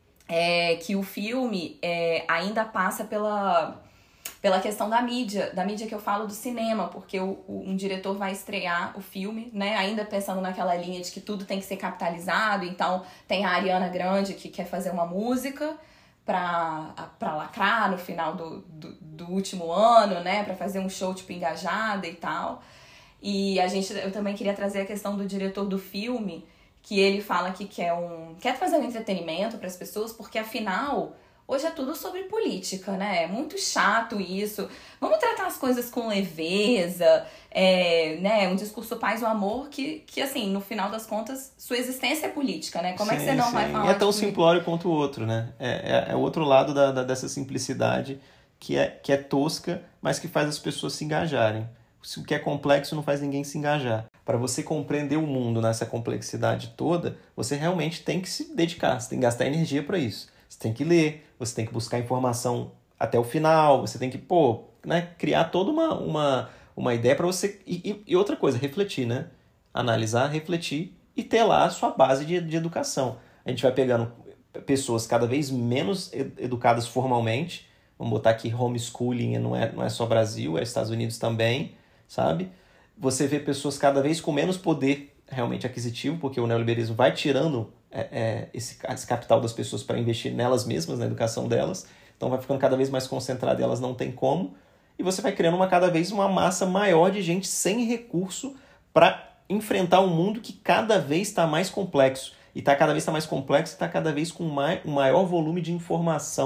é que o filme é, ainda passa pela, pela questão da mídia, da mídia que eu falo do cinema, porque o, o, um diretor vai estrear o filme, né, ainda pensando naquela linha de que tudo tem que ser capitalizado, então tem a Ariana Grande que quer fazer uma música pra, pra lacrar no final do, do, do último ano, né, pra fazer um show tipo engajada e tal. E a gente, eu também queria trazer a questão do diretor do filme, que ele fala que quer, um, quer trazer um entretenimento para as pessoas, porque afinal, hoje é tudo sobre política, né? É muito chato isso. Vamos tratar as coisas com leveza, é, né? Um discurso paz e amor que, que, assim, no final das contas, sua existência é política, né? Como sim, é que você não sim. vai falar? E é tão de... simplório quanto o outro, né? É, é, é o outro lado da, da, dessa simplicidade que é, que é tosca, mas que faz as pessoas se engajarem. O que é complexo não faz ninguém se engajar. Para você compreender o mundo nessa complexidade toda, você realmente tem que se dedicar, você tem que gastar energia para isso. Você tem que ler, você tem que buscar informação até o final, você tem que, pô, né, criar toda uma, uma, uma ideia para você... E, e outra coisa, refletir, né? Analisar, refletir e ter lá a sua base de, de educação. A gente vai pegando pessoas cada vez menos educadas formalmente, vamos botar aqui homeschooling, não é, não é só Brasil, é Estados Unidos também, sabe? Você vê pessoas cada vez com menos poder realmente aquisitivo, porque o neoliberalismo vai tirando é, é, esse, esse capital das pessoas para investir nelas mesmas, na educação delas, então vai ficando cada vez mais concentrado e elas não têm como, e você vai criando uma, cada vez uma massa maior de gente sem recurso para enfrentar um mundo que cada vez está mais complexo, e está cada vez tá mais complexo e está cada vez com mais, um maior volume de informação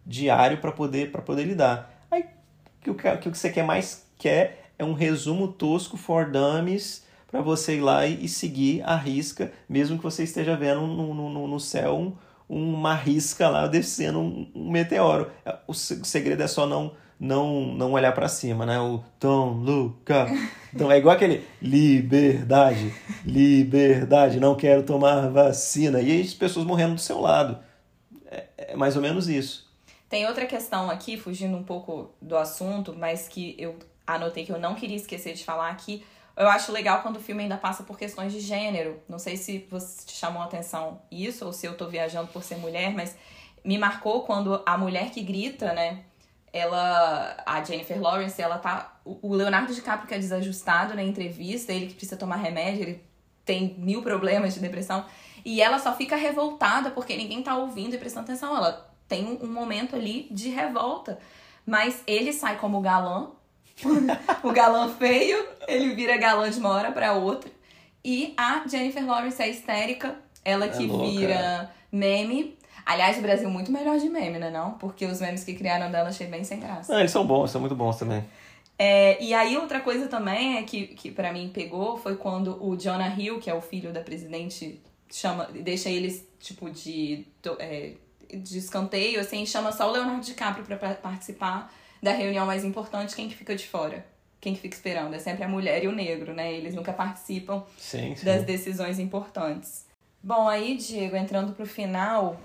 diário para poder, para poder lidar. Aí, o que, o que você quer mais quer é um resumo tosco for dummies para você ir lá e, e seguir a risca, mesmo que você esteja vendo no, no, no céu um, uma risca lá descendo um, um meteoro. O segredo é só não, não, não olhar para cima, né? O don't look up. Então é igual aquele liberdade, liberdade, não quero tomar vacina. E aí as pessoas morrendo do seu lado. É, é mais ou menos isso. Tem outra questão aqui, fugindo um pouco do assunto, mas que eu anotei que eu não queria esquecer de falar aqui. Eu acho legal quando o filme ainda passa por questões de gênero. Não sei se você te chamou a atenção isso, ou se eu tô viajando por ser mulher, mas me marcou quando a mulher que grita, né? Ela, a Jennifer Lawrence, ela tá... O Leonardo DiCaprio que é desajustado na entrevista, ele que precisa tomar remédio, ele tem mil problemas de depressão. E ela só fica revoltada porque ninguém tá ouvindo e prestando atenção. Ela tem um momento ali de revolta. Mas ele sai como galã, o galã feio, ele vira galã de uma hora pra outra. E a Jennifer Lawrence é histérica, ela que é vira meme. Aliás, o Brasil muito melhor de meme, né não? Porque os memes que criaram dela achei bem sem graça. Não, eles são bons, são muito bons também. É, e aí outra coisa também é que, que pra mim pegou foi quando o Jonah Hill, que é o filho da presidente, chama, deixa eles tipo de, é, de escanteio, assim, chama só o Leonardo DiCaprio pra participar da reunião mais importante. Quem que fica de fora? Quem que fica esperando? É sempre a mulher e o negro, né? Eles nunca participam sim, sim. das decisões importantes. Bom, aí, Diego, entrando pro final,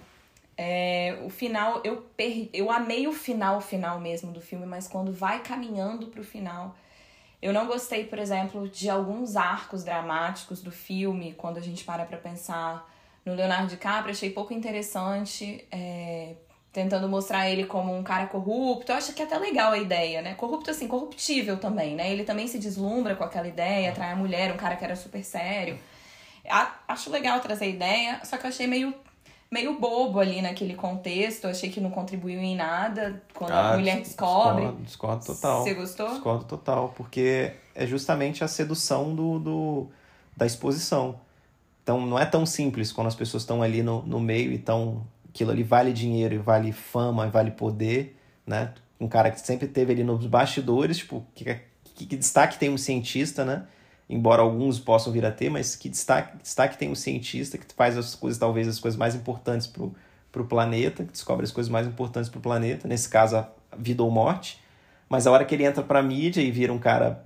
é, o final, eu, per... eu amei o final, o final mesmo do filme, mas quando vai caminhando pro final, eu não gostei, por exemplo, de alguns arcos dramáticos do filme, quando a gente para pra pensar no Leonardo DiCaprio, achei pouco interessante, é... tentando mostrar ele como um cara corrupto. Eu acho que é até legal a ideia, né? Corrupto, assim, corruptível também, né? Ele também se deslumbra com aquela ideia, atrai a mulher, um cara que era super sério. Acho legal trazer a ideia, só que eu achei meio, meio bobo ali naquele contexto. Eu achei que não contribuiu em nada quando ah, a mulher descobre. Discordo, discordo total. Você gostou? Discordo total, porque é justamente a sedução do, do, da exposição. Então, não é tão simples quando as pessoas estão ali no, no meio e estão... Aquilo ali vale dinheiro, e vale fama, e vale poder, né? Um cara que sempre teve ali nos bastidores, tipo, que, que, que destaque tem um cientista, né? Embora alguns possam vir a ter, mas que destaque, destaque tem um cientista que faz as coisas, talvez as coisas mais importantes pro, pro planeta, que descobre as coisas mais importantes pro planeta, nesse caso a vida ou morte. Mas a hora que ele entra pra mídia e vira um cara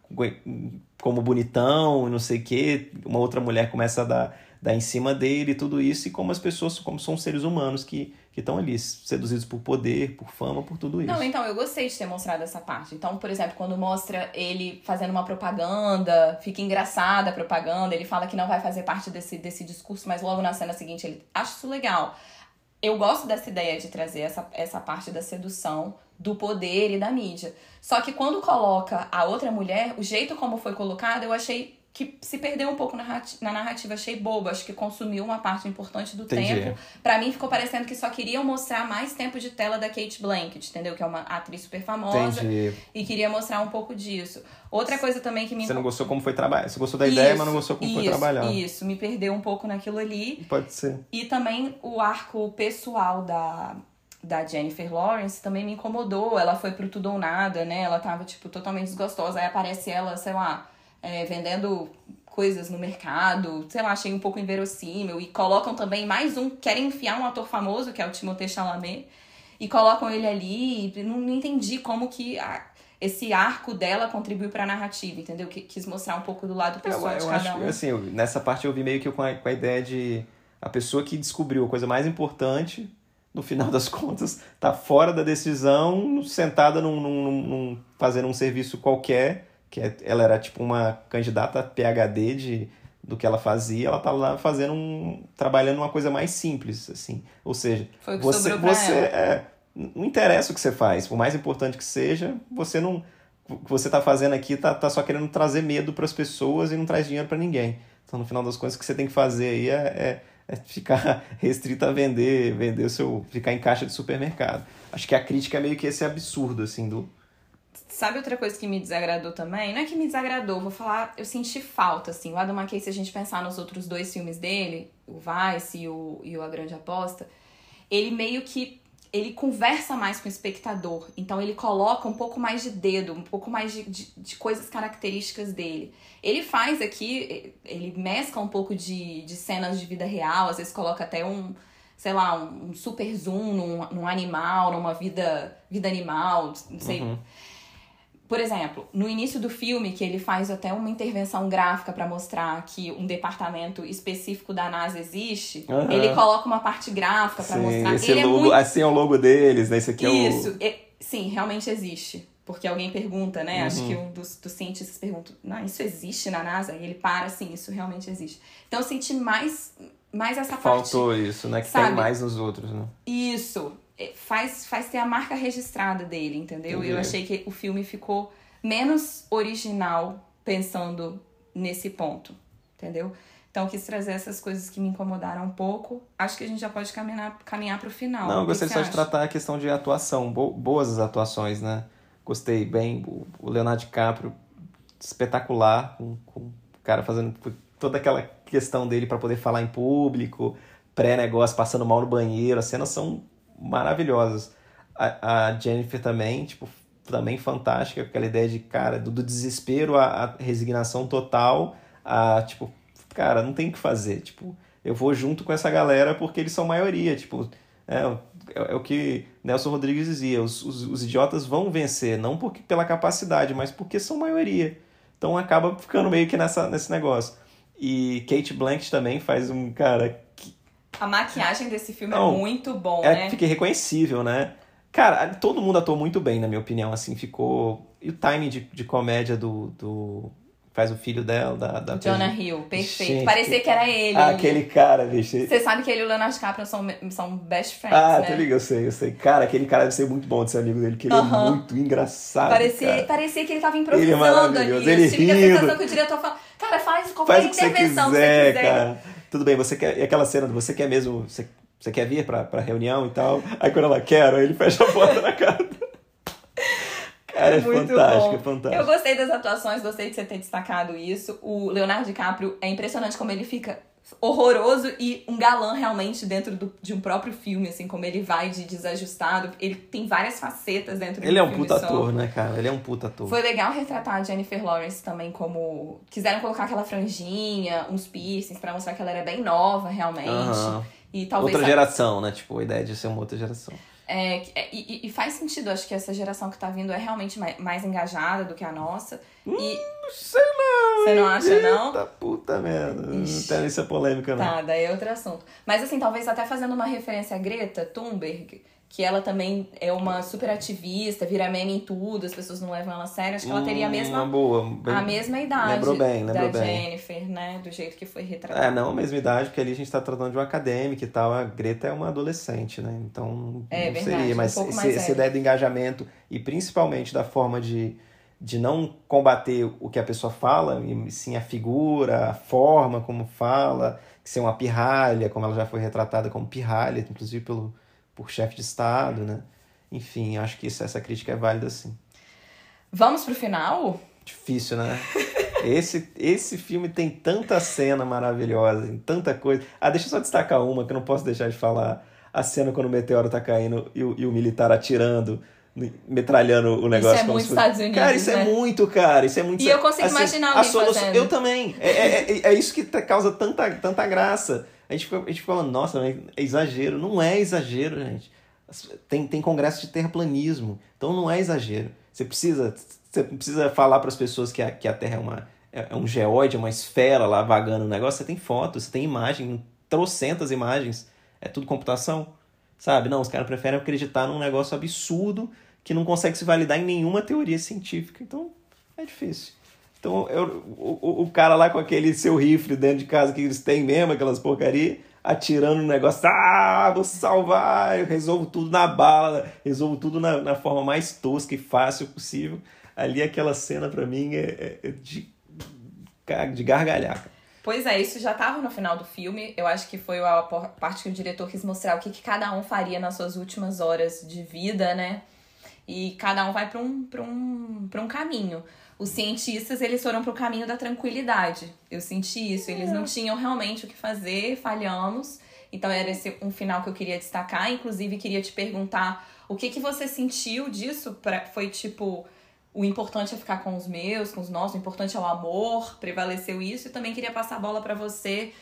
como bonitão e não sei o quê, uma outra mulher começa a dar... dar em cima dele e tudo isso, e como as pessoas, como são seres humanos que que estão ali, seduzidos por poder, por fama, por tudo isso. Não, então, eu gostei de ter mostrado essa parte. Então, por exemplo, quando mostra ele fazendo uma propaganda, fica engraçada a propaganda, ele fala que não vai fazer parte desse, desse discurso, mas logo na cena seguinte ele acha isso legal. Eu gosto dessa ideia de trazer essa, essa parte da sedução, do poder e da mídia. Só que quando coloca a outra mulher, o jeito como foi colocado, eu achei que se perdeu um pouco na narrativa, achei bobo, acho que consumiu uma parte importante do Entendi. tempo. Pra mim ficou parecendo que só queriam mostrar mais tempo de tela da Cate Blanchett, entendeu? Que é uma atriz super famosa. Entendi. E queria mostrar um pouco disso. Outra coisa também que me... Você não gostou como foi trabalhado. Você gostou da isso, ideia, mas não gostou como isso, foi trabalhado. Isso, me perdeu um pouco naquilo ali. Pode ser. E também o arco pessoal da... da Jennifer Lawrence também me incomodou. Ela foi pro tudo ou nada, né? Ela tava, tipo, totalmente desgostosa. Aí aparece ela, sei lá, é, vendendo coisas no mercado. Sei lá, achei um pouco inverossímil. E colocam também mais um... Querem enfiar um ator famoso, que é o Timothée Chalamet. E colocam ele ali. E não, não entendi como que a, esse arco dela contribuiu pra narrativa, entendeu? Que quis mostrar um pouco do lado pessoal eu, eu de cada acho, um. Assim, eu, nessa parte eu vi meio que com a, com a ideia de... A pessoa que descobriu a coisa mais importante... no final das contas, tá fora da decisão, sentada num, num, num, fazendo um serviço qualquer, que é, ela era tipo uma candidata a P H D de, do que ela fazia, ela tá lá fazendo um, trabalhando uma coisa mais simples, assim. Ou seja, Foi o que você, sobrou pra você ela. É, não interessa o que você faz, por mais importante que seja, você não, o que você tá fazendo aqui tá, tá só querendo trazer medo para as pessoas e não traz dinheiro para ninguém. Então, no final das contas, o que você tem que fazer aí é, é É ficar restrito a vender, vender o seu, ficar em caixa de supermercado. Acho que a crítica é meio que esse absurdo, assim, do... Sabe outra coisa que me desagradou também? Não é que me desagradou, vou falar, eu senti falta, assim. O Adam McKay, se a gente pensar nos outros dois filmes dele, o Vice e o, e o A Grande Aposta, ele meio que... ele conversa mais com o espectador. Então ele coloca um pouco mais de dedo, um pouco mais de, de, de coisas características dele. Ele faz aqui, ele mescla um pouco de, de cenas de vida real, às vezes coloca até um, sei lá, um, um super zoom num, num animal, numa vida, vida animal, não sei. Uhum. Por exemplo, no início do filme, que ele faz até uma intervenção gráfica para mostrar que um departamento específico da NASA existe, uhum. ele coloca uma parte gráfica para mostrar. Esse ele logo, é muito... Assim é o logo deles, né? Esse aqui é o... Isso, é, sim, realmente existe. Porque alguém pergunta, né? Uhum. Acho que um dos, dos cientistas pergunta, não, isso existe na NASA? E ele para, sim, isso realmente existe. Então eu senti mais, mais essa Faltou parte. Faltou isso, né? Que sabe? Tem mais nos outros, né? Isso. Faz, faz ter a marca registrada dele, entendeu? Entendi. Eu achei que o filme ficou menos original pensando nesse ponto, entendeu? Então, eu quis trazer essas coisas que me incomodaram um pouco. Acho que a gente já pode caminhar, caminhar pro final. Não, eu que gostaria que só de acha? tratar a questão de atuação. Bo- boas as atuações, né? Gostei bem. O Leonardo DiCaprio, espetacular. Com, com o cara fazendo toda aquela questão dele para poder falar em público, pré-negócio, passando mal no banheiro. As cenas são maravilhosas. A, a Jennifer também, tipo, também fantástica, com aquela ideia de, cara, do, do desespero à, à resignação total, a, tipo, cara, não tem o que fazer, tipo, eu vou junto com essa galera porque eles são maioria, tipo, é, é, é o que Nelson Rodrigues dizia, os, os, os idiotas vão vencer, não porque, pela capacidade, mas porque são maioria. Então acaba ficando meio que nessa, nesse negócio. E Cate Blanchett também faz um, cara... Que... A maquiagem desse filme não, é muito bom, é, né? Fica reconhecível, né? Cara, todo mundo atuou muito bem, na minha opinião, assim, ficou... E o timing de, de comédia do, do... Faz o filho dela, da... da Jonah Hill, perfeito. Gente, Parecia que era ele. Ah, aquele cara, bicho. Você sabe que ele e o Leonardo DiCaprio são, são best friends, ah, né? Ah, tá ligado, eu sei, eu sei. Cara, aquele cara deve ser muito bom de ser amigo dele, que ele uh-huh. é muito engraçado, parecia, cara. Parecia que ele tava improvisando ele é maravilhoso. ali. Ele eu tive rindo. a sensação que o diretor falou, cara, faz qualquer faz o que intervenção você quiser, que você quiser. Cara. Tudo bem, você quer... E aquela cena do você quer mesmo... Você, você quer vir pra, pra reunião e tal? Aí quando ela quer, aí ele fecha a porta na cara. Cara, é, é fantástico, bom. é fantástico. Eu gostei das atuações, gostei de você ter destacado isso. O Leonardo DiCaprio é impressionante como ele fica horroroso e um galã realmente dentro do, de um próprio filme, assim, como ele vai de desajustado. Ele tem várias facetas dentro do filme. Ele é um puta ator, né, cara? Ele é um puta ator. Foi legal retratar a Jennifer Lawrence também como... Quiseram colocar aquela franjinha, uns piercings, pra mostrar que ela era bem nova, realmente. Uh-huh. E talvez... Outra geração, né? Tipo, a ideia de ser uma outra geração. É, e, e faz sentido, acho que essa geração que tá vindo é realmente mais, mais engajada do que a nossa. Hum, e... sei lá. Você não acha, não? Eita puta merda. Ixi. Não tem essa polêmica, não. Tá, daí é outro assunto. Mas assim, talvez até fazendo uma referência à Greta Thunberg, que ela também é uma super ativista, vira meme em tudo, as pessoas não levam ela a sério. Acho que ela teria a mesma, hum, boa, bem, a mesma idade lembrou bem, lembrou da bem. Jennifer, né? Do jeito que foi retratada. É, não a mesma idade, porque ali a gente tá tratando de uma acadêmica e tal. A Greta é uma adolescente, né? Então é, não verdade, seria. Mas um pouco esse, mais essa ideia do engajamento e principalmente da forma de, de não combater o que a pessoa fala, e sim a figura, a forma como fala, que ser uma pirralha, como ela já foi retratada como pirralha, inclusive pelo, por chefe de Estado, né? Enfim, acho que isso, essa crítica é válida, sim. Vamos pro final? Difícil, né? Esse, esse filme tem tanta cena maravilhosa, tem tanta coisa. Ah, deixa eu só destacar uma que eu não posso deixar de falar. A cena quando o meteoro tá caindo e o, e o militar atirando, metralhando o negócio. Isso é muito Estados Unidos, Cara, isso né? é muito, cara. Isso é muito... E eu consigo assim, imaginar alguém solução... fazendo. Eu também. É, é, é, é isso que causa tanta, tanta graça. A gente, fica, a gente fica falando, nossa, é exagero. Não é exagero, gente. Tem, tem congresso de terraplanismo, então não é exagero. Você precisa, você precisa falar para as pessoas que a, que a Terra é, uma, é um geóide, é uma esfera lá vagando no negócio. Você tem fotos, você tem imagem, trocentas imagens. É tudo computação, sabe? Não, os caras preferem acreditar num negócio absurdo que não consegue se validar em nenhuma teoria científica. Então, é difícil. Então, eu, o, o cara lá com aquele seu rifle dentro de casa que eles têm mesmo, aquelas porcarias, atirando no negócio, ah, vou salvar, eu resolvo tudo na bala, resolvo tudo na, na forma mais tosca e fácil possível. Ali aquela cena pra mim é, é de, de gargalhar. Pois é, isso já tava no final do filme. Eu acho que foi a parte que o diretor quis mostrar o que, que cada um faria nas suas últimas horas de vida, né? E cada um vai pra um, pra um, pra um caminho. Os cientistas, eles foram pro caminho da tranquilidade. Eu senti isso. Eles não tinham realmente o que fazer, falhamos. Então era esse um final que eu queria destacar. Inclusive, queria te perguntar o que, que você sentiu disso. Pra, foi tipo, o importante é ficar com os meus, com os nossos, o importante é o amor, prevaleceu isso. E também queria passar a bola pra você.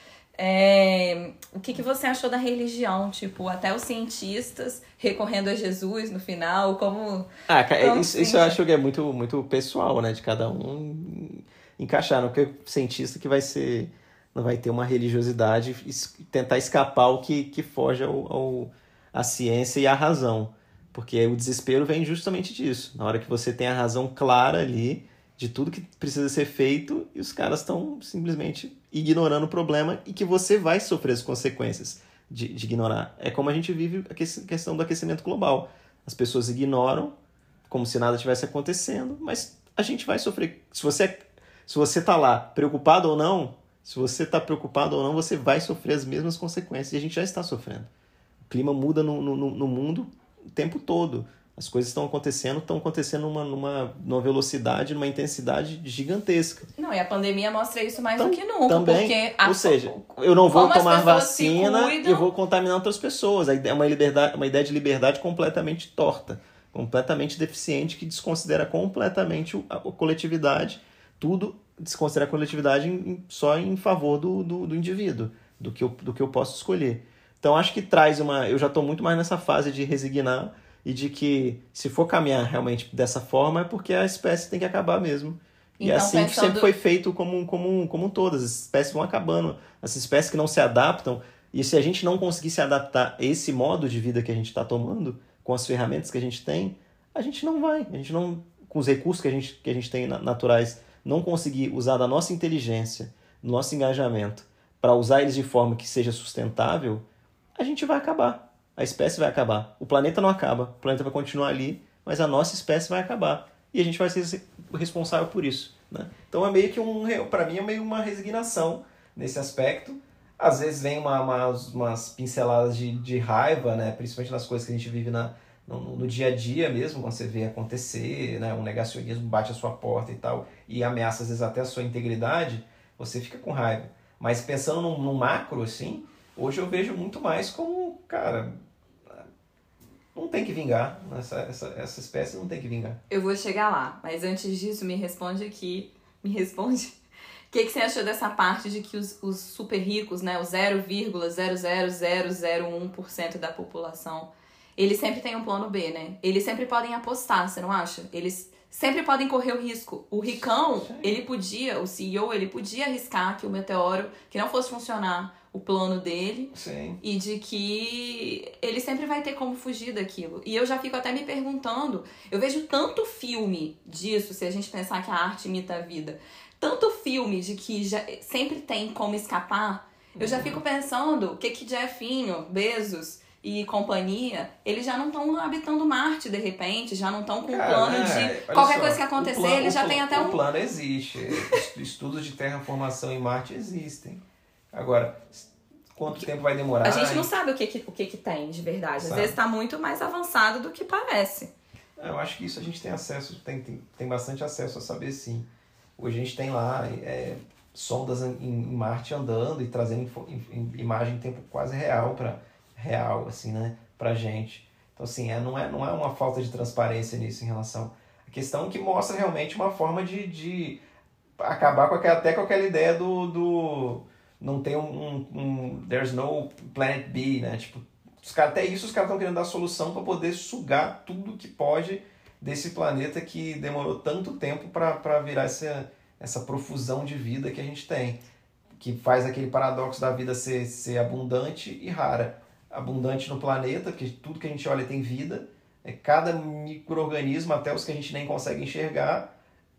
É, o que, que você achou da religião? Tipo, até os cientistas recorrendo a Jesus no final, como... Ah, como isso, isso eu acho que é muito, muito pessoal, né? De cada um encaixar. Não é o cientista que vai ser... Não vai ter uma religiosidade e tentar escapar o que, que foge ao, ao, à ciência e à razão. Porque o desespero vem justamente disso. Na hora que você tem a razão clara ali de tudo que precisa ser feito e os caras estão simplesmente ignorando o problema e que você vai sofrer as consequências de, de ignorar. É como a gente vive a questão do aquecimento global. As pessoas ignoram como se nada tivesse acontecendo, mas a gente vai sofrer. Se você se você tá lá preocupado ou não, se você está preocupado ou não, você vai sofrer as mesmas consequências. E a gente já está sofrendo. O clima muda no, no, no mundo o tempo todo. As coisas estão acontecendo, estão acontecendo numa, numa, numa velocidade, numa intensidade gigantesca. Não, e a pandemia mostra isso mais então, do que nunca. Também, porque a... ou seja, eu não vou tomar vacina cuidam... e eu vou contaminar outras pessoas. É uma, liberdade, uma ideia de liberdade completamente torta, completamente deficiente, que desconsidera completamente a coletividade, tudo desconsidera a coletividade em, só em favor do, do, do indivíduo, do que, eu, do que eu posso escolher. Então, acho que traz uma... Eu já estou muito mais nessa fase de resignar e de que, se for caminhar realmente dessa forma, é porque a espécie tem que acabar mesmo. E então, é assim pensando... que sempre foi feito como, como, como todas. As espécies vão acabando. As espécies que não se adaptam, e se a gente não conseguir se adaptar a esse modo de vida que a gente está tomando, com as ferramentas que a gente tem, a gente não vai. A gente não, com os recursos que a gente, que a gente tem naturais, não conseguir usar da nossa inteligência, do nosso engajamento, para usar eles de forma que seja sustentável, a gente vai acabar. A espécie vai acabar. O planeta não acaba. O planeta vai continuar ali, mas a nossa espécie vai acabar. E a gente vai ser responsável por isso, né? Então é meio que um... Para mim é meio uma resignação nesse aspecto. Às vezes vem uma, umas, umas pinceladas de, de raiva, né? Principalmente nas coisas que a gente vive na, no, no dia a dia mesmo, quando você vê acontecer, né? Um negacionismo bate a sua porta e tal, e ameaça às vezes até a sua integridade, você fica com raiva. Mas pensando no, no macro, assim, hoje eu vejo muito mais como, cara... Não tem que vingar. Essa, essa, essa espécie não tem que vingar. Eu vou chegar lá, mas antes disso, me responde aqui. Me responde. O que, que você achou dessa parte de que os, os super ricos, né, o zero vírgula zero zero zero zero um por cento da população, eles sempre têm um plano B, né? Eles sempre podem apostar, você não acha? Eles sempre podem correr o risco. O ricão, Sim. ele podia, o C E O, ele podia arriscar que o meteoro, que não fosse funcionar o plano dele. Sim. E de que ele sempre vai ter como fugir daquilo. E eu já fico até me perguntando, eu vejo tanto filme disso, se a gente pensar que a arte imita a vida, tanto filme de que já, sempre tem como escapar, eu já fico pensando o que que Jefinho, Bezos e companhia, eles já não estão habitando Marte de repente, já não estão com o plano é, de qualquer só, coisa que acontecer, plano, eles já têm até o um... O plano existe, estudos de terraformação em Marte existem. Agora, quanto tempo vai demorar? A gente não sabe o que que, o que, que tem de verdade, às sabe. vezes está muito mais avançado do que parece. Eu acho que isso a gente tem acesso, tem, tem, tem bastante acesso a saber sim. Hoje a gente tem lá é, sondas em, em Marte andando e trazendo info, em, imagem em tempo quase real para real assim, né, pra gente. Então assim, é, não, é, não é uma falta de transparência nisso em relação. A questão é que mostra realmente uma forma de, de acabar com aquela, até com aquela ideia do, do não tem um, um, um there's no planet B, né? Tipo, os cara, até isso os caras estão querendo dar solução para poder sugar tudo que pode desse planeta que demorou tanto tempo para virar essa, essa profusão de vida que a gente tem, que faz aquele paradoxo da vida ser, ser abundante e rara. Abundante no planeta, porque tudo que a gente olha tem vida, é cada micro-organismo, até os que a gente nem consegue enxergar,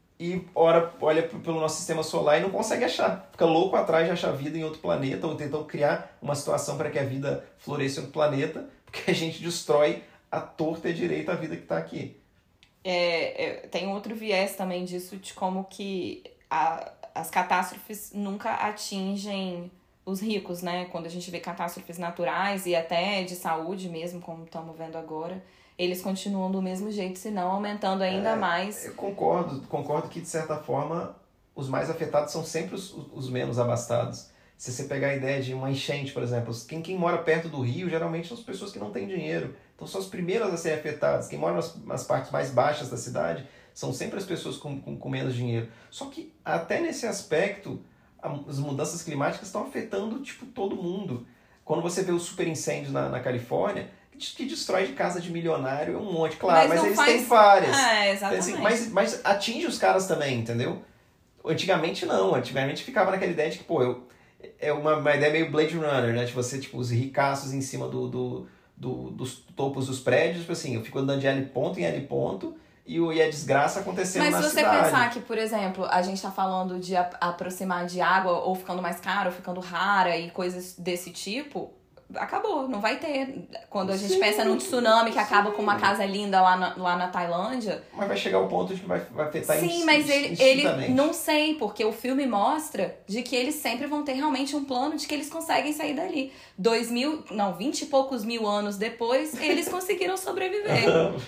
e ora, olha pelo nosso sistema solar e não consegue achar. Fica louco atrás de achar vida em outro planeta, ou tentam criar uma situação para que a vida floresça em outro planeta, porque a gente destrói à torta e direita a vida que está aqui. É, é, tem outro viés também disso, de como que a, as catástrofes nunca atingem os ricos, né? Quando a gente vê catástrofes naturais e até de saúde mesmo, como estamos vendo agora, eles continuam do mesmo jeito, se não aumentando ainda é, mais. Eu concordo, concordo que, de certa forma, os mais afetados são sempre os, os menos abastados. Se você pegar a ideia de uma enchente, por exemplo, quem, quem mora perto do rio geralmente são as pessoas que não têm dinheiro. Então são as primeiras a serem afetadas. Quem mora nas, nas partes mais baixas da cidade são sempre as pessoas com, com, com menos dinheiro. Só que até nesse aspecto, as mudanças climáticas estão afetando tipo, todo mundo. Quando você vê os super incêndios na, na Califórnia, que destrói de casa de milionário é um monte. Claro, mas, mas eles faz... têm várias. É, exatamente. Assim, mas, mas atinge os caras também, entendeu? Antigamente não. Antigamente ficava naquela ideia de que, pô, eu, é uma, uma ideia meio Blade Runner, né? De você, tipo, os ricaços em cima do, do, do, dos topos dos prédios. Tipo assim, eu fico andando de L ponto em L ponto e, o, e a desgraça acontecendo mas na cidade. Mas se você pensar que, por exemplo, a gente tá falando de a, aproximar de água ou ficando mais caro, ou ficando rara e coisas desse tipo... Acabou, não vai ter. Quando a gente sim, pensa num tsunami que sim. acaba com uma casa linda lá na, lá na Tailândia. Mas vai chegar o ponto de que vai, vai afetar sim, ins, mas ele, ele não sei, porque o filme mostra de que eles sempre vão ter realmente um plano de que eles conseguem sair dali. Dois mil, não, vinte e poucos mil anos depois, eles conseguiram sobreviver.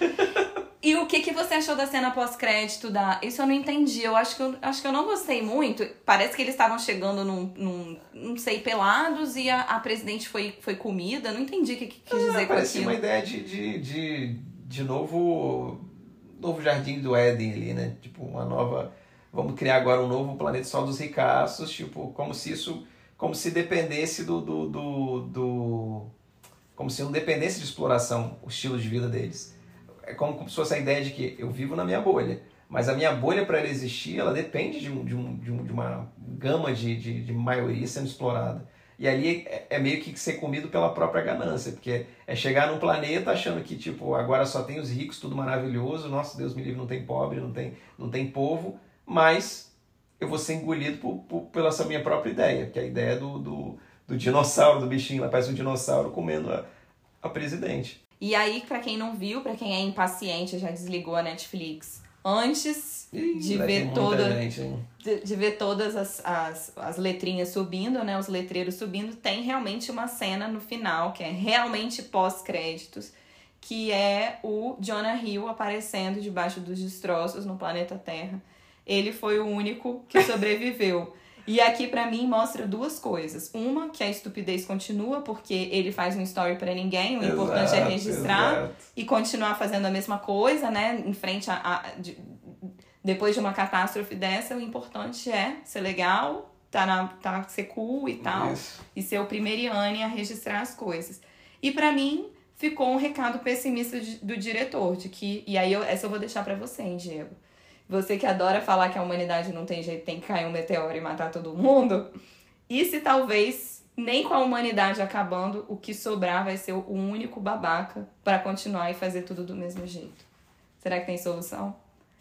E o que, que você achou da cena pós-crédito? Da... Isso eu não entendi. Eu acho que eu, acho que eu não gostei muito. Parece que eles estavam chegando num, num, não sei, pelados e a, a presidente foi, foi comida. Eu não entendi o que, que quis dizer ah, com parecia aquilo. Uma ideia de, de, de, de novo, novo jardim do Éden ali, né? Tipo, uma nova... Vamos criar agora um novo planeta só dos ricaços. Tipo, como se isso... Como se dependesse do... do, do, do como se não dependesse de exploração, o estilo de vida deles. É como se fosse a ideia de que eu vivo na minha bolha, mas a minha bolha, para ela existir, ela depende de, um, de, um, de, um, de uma gama de, de, de maioria sendo explorada. E ali é, é meio que ser comido pela própria ganância, porque é chegar num planeta achando que tipo, agora só tem os ricos, tudo maravilhoso, nossa, Deus me livre, não tem pobre, não tem, não tem povo, mas eu vou ser engolido por, por, pela essa minha própria ideia, que é a ideia do, do, do dinossauro, do bichinho, lá parece um dinossauro comendo a, a presidente. E aí, pra quem não viu, pra quem é impaciente, já desligou a Netflix antes Ih, de, ver toda, gente, de, de ver todas as, as, as letrinhas subindo, né? Os letreiros subindo, tem realmente uma cena no final, que é realmente pós-créditos, que é o Jonah Hill aparecendo debaixo dos destroços no planeta Terra. Ele foi o único que sobreviveu. E aqui, pra mim, mostra duas coisas. Uma, que a estupidez continua, porque ele faz um story pra ninguém, o exato, importante é registrar exato. E continuar fazendo a mesma coisa, né? Em frente a... a de, depois de uma catástrofe dessa, o importante é ser legal, tá na, tá, ser cool e tal. Isso. E ser o primeiriane a registrar as coisas. E pra mim, ficou um recado pessimista de, do diretor, de que... E aí, eu, essa eu vou deixar pra você, hein, Diego? Você que adora falar que a humanidade não tem jeito, tem que cair um meteoro e matar todo mundo. E se talvez, nem com a humanidade acabando, o que sobrar vai ser o único babaca pra continuar e fazer tudo do mesmo jeito? Será que tem solução?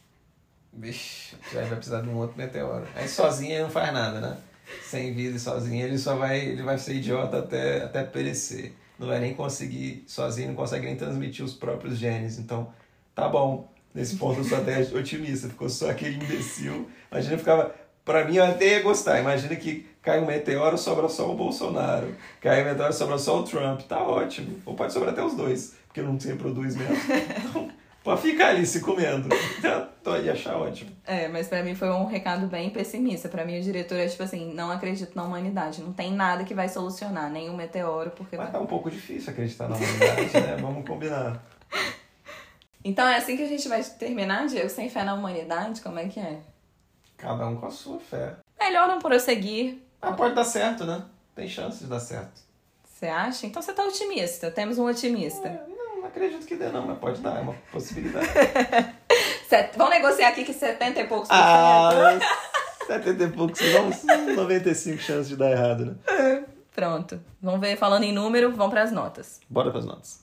Vixe, já vai precisar de um outro meteoro. Aí sozinho ele não faz nada, né? Sem vida e sozinho ele só vai, ele vai ser idiota até, até perecer. Não vai nem conseguir, sozinho não consegue nem transmitir os próprios genes. Então, tá bom. Nesse ponto eu sou até otimista, ficou só aquele imbecil. Imagina, ficava. Pra mim eu até ia gostar. Imagina que cai um meteoro, sobra só o Bolsonaro. Cai um meteoro, sobra só o Trump. Tá ótimo. Ou pode sobrar até os dois, porque não se reproduz mesmo. Então, pode ficar ali se comendo. Então, ia achar ótimo. É, mas pra mim foi um recado bem pessimista. Pra mim o diretor é tipo assim, não acredito na humanidade. Não tem nada que vai solucionar, nem o meteoro, porque... Mas tá um pouco difícil acreditar na humanidade, né? Vamos combinar. Então é assim que a gente vai terminar, Diego? Sem fé na humanidade? Como é que é? Cada um com a sua fé. Melhor não prosseguir. Ah, pode dar certo, né? Tem chance de dar certo. Você acha? Então você tá otimista. Temos um otimista. É, não, não acredito que dê não, mas pode dar. É uma possibilidade. Set... Vamos negociar aqui que setenta e poucos por cento. Ah, setenta e poucos. Vamos noventa e cinco chances de dar errado, né? Pronto. Vamos ver, falando em número, vamos pras notas. Bora pras notas.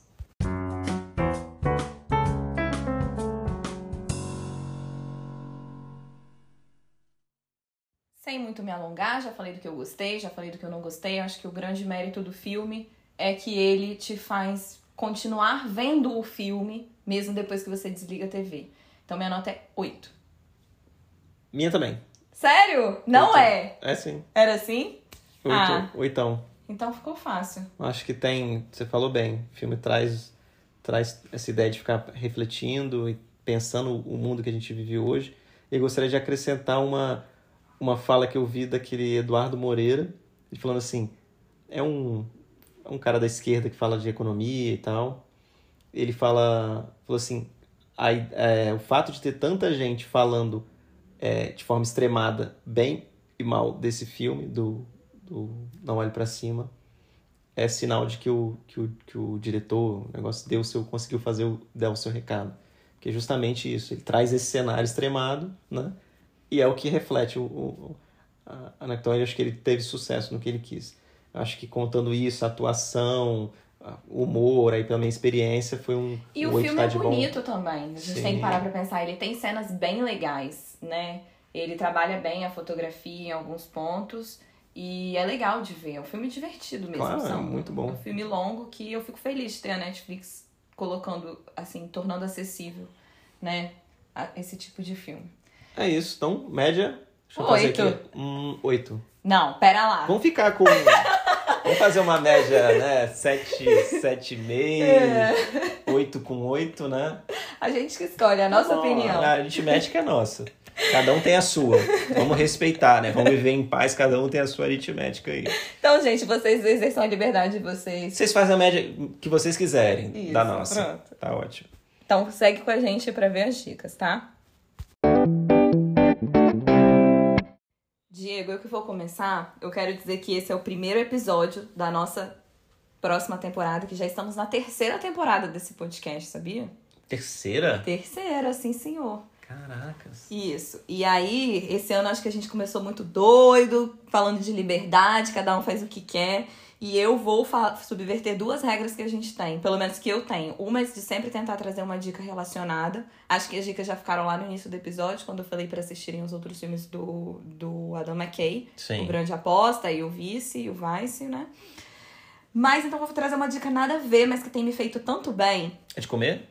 Sem muito me alongar, já falei do que eu gostei, já falei do que eu não gostei. Acho que o grande mérito do filme é que ele te faz continuar vendo o filme, mesmo depois que você desliga a T V. Então minha nota é oito. Minha também. Sério? Não oito. É? É sim. Era assim? Oito. Ah. Oitão. Então ficou fácil. Acho que tem... Você falou bem. O filme traz, traz essa ideia de ficar refletindo e pensando o mundo que a gente vive hoje. E eu gostaria de acrescentar uma... uma fala que eu vi daquele Eduardo Moreira, ele falando assim, é um, um cara da esquerda que fala de economia e tal, ele fala, falou assim, a, é, o fato de ter tanta gente falando é, de forma extremada, bem e mal desse filme, do, do Não Olhe Pra Cima, é sinal de que o, que o, que o diretor, o negócio deu o seu, conseguiu fazer o, dar o seu recado. Que é justamente isso, ele traz esse cenário extremado, né? E é o que reflete o, o, a Anacton. Eu acho que ele teve sucesso no que ele quis. Eu acho que contando isso, a atuação, o humor, aí pela minha experiência, foi um... E o, o filme é bonito bom. Também, a gente Sim. tem que parar pra pensar, ele tem cenas bem legais, né? Ele trabalha bem a fotografia em alguns pontos... E é legal de ver, é um filme divertido mesmo. Claro, são, é muito bom. É um filme longo que eu fico feliz de ter a Netflix colocando, assim, tornando acessível, né, esse tipo de filme. É isso, então, média, deixa eu oito. fazer aqui, um oito. Não, pera lá. Vamos ficar com, vamos fazer uma média, né, sete, sete e meio, é. oito com oito, né? A gente que escolhe, a nossa Não, opinião. A aritmética é nossa. Cada um tem a sua. Vamos respeitar, né? Vamos viver em paz, cada um tem a sua aritmética aí. Então, gente, vocês exerçam a liberdade de vocês. Vocês fazem a média que vocês quiserem Isso, da nossa. Pronto. Tá ótimo. Então, segue com a gente pra ver as dicas, tá? Diego, eu que vou começar, eu quero dizer que esse é o primeiro episódio da nossa próxima temporada, que já estamos na terceira temporada desse podcast, sabia? Terceira? Terceira, sim, senhor. Caracas. Isso. E aí, esse ano acho que a gente começou muito doido, falando de liberdade, cada um faz o que quer. E eu vou fa- subverter duas regras que a gente tem, pelo menos que eu tenho. Uma é de sempre tentar trazer uma dica relacionada. Acho que as dicas já ficaram lá no início do episódio, quando eu falei pra assistirem os outros filmes do, do Adam McKay. Sim. O Grande Aposta, e o Vice, e o Vice, né? Mas então eu vou trazer uma dica nada a ver, mas que tem me feito tanto bem. É de comer?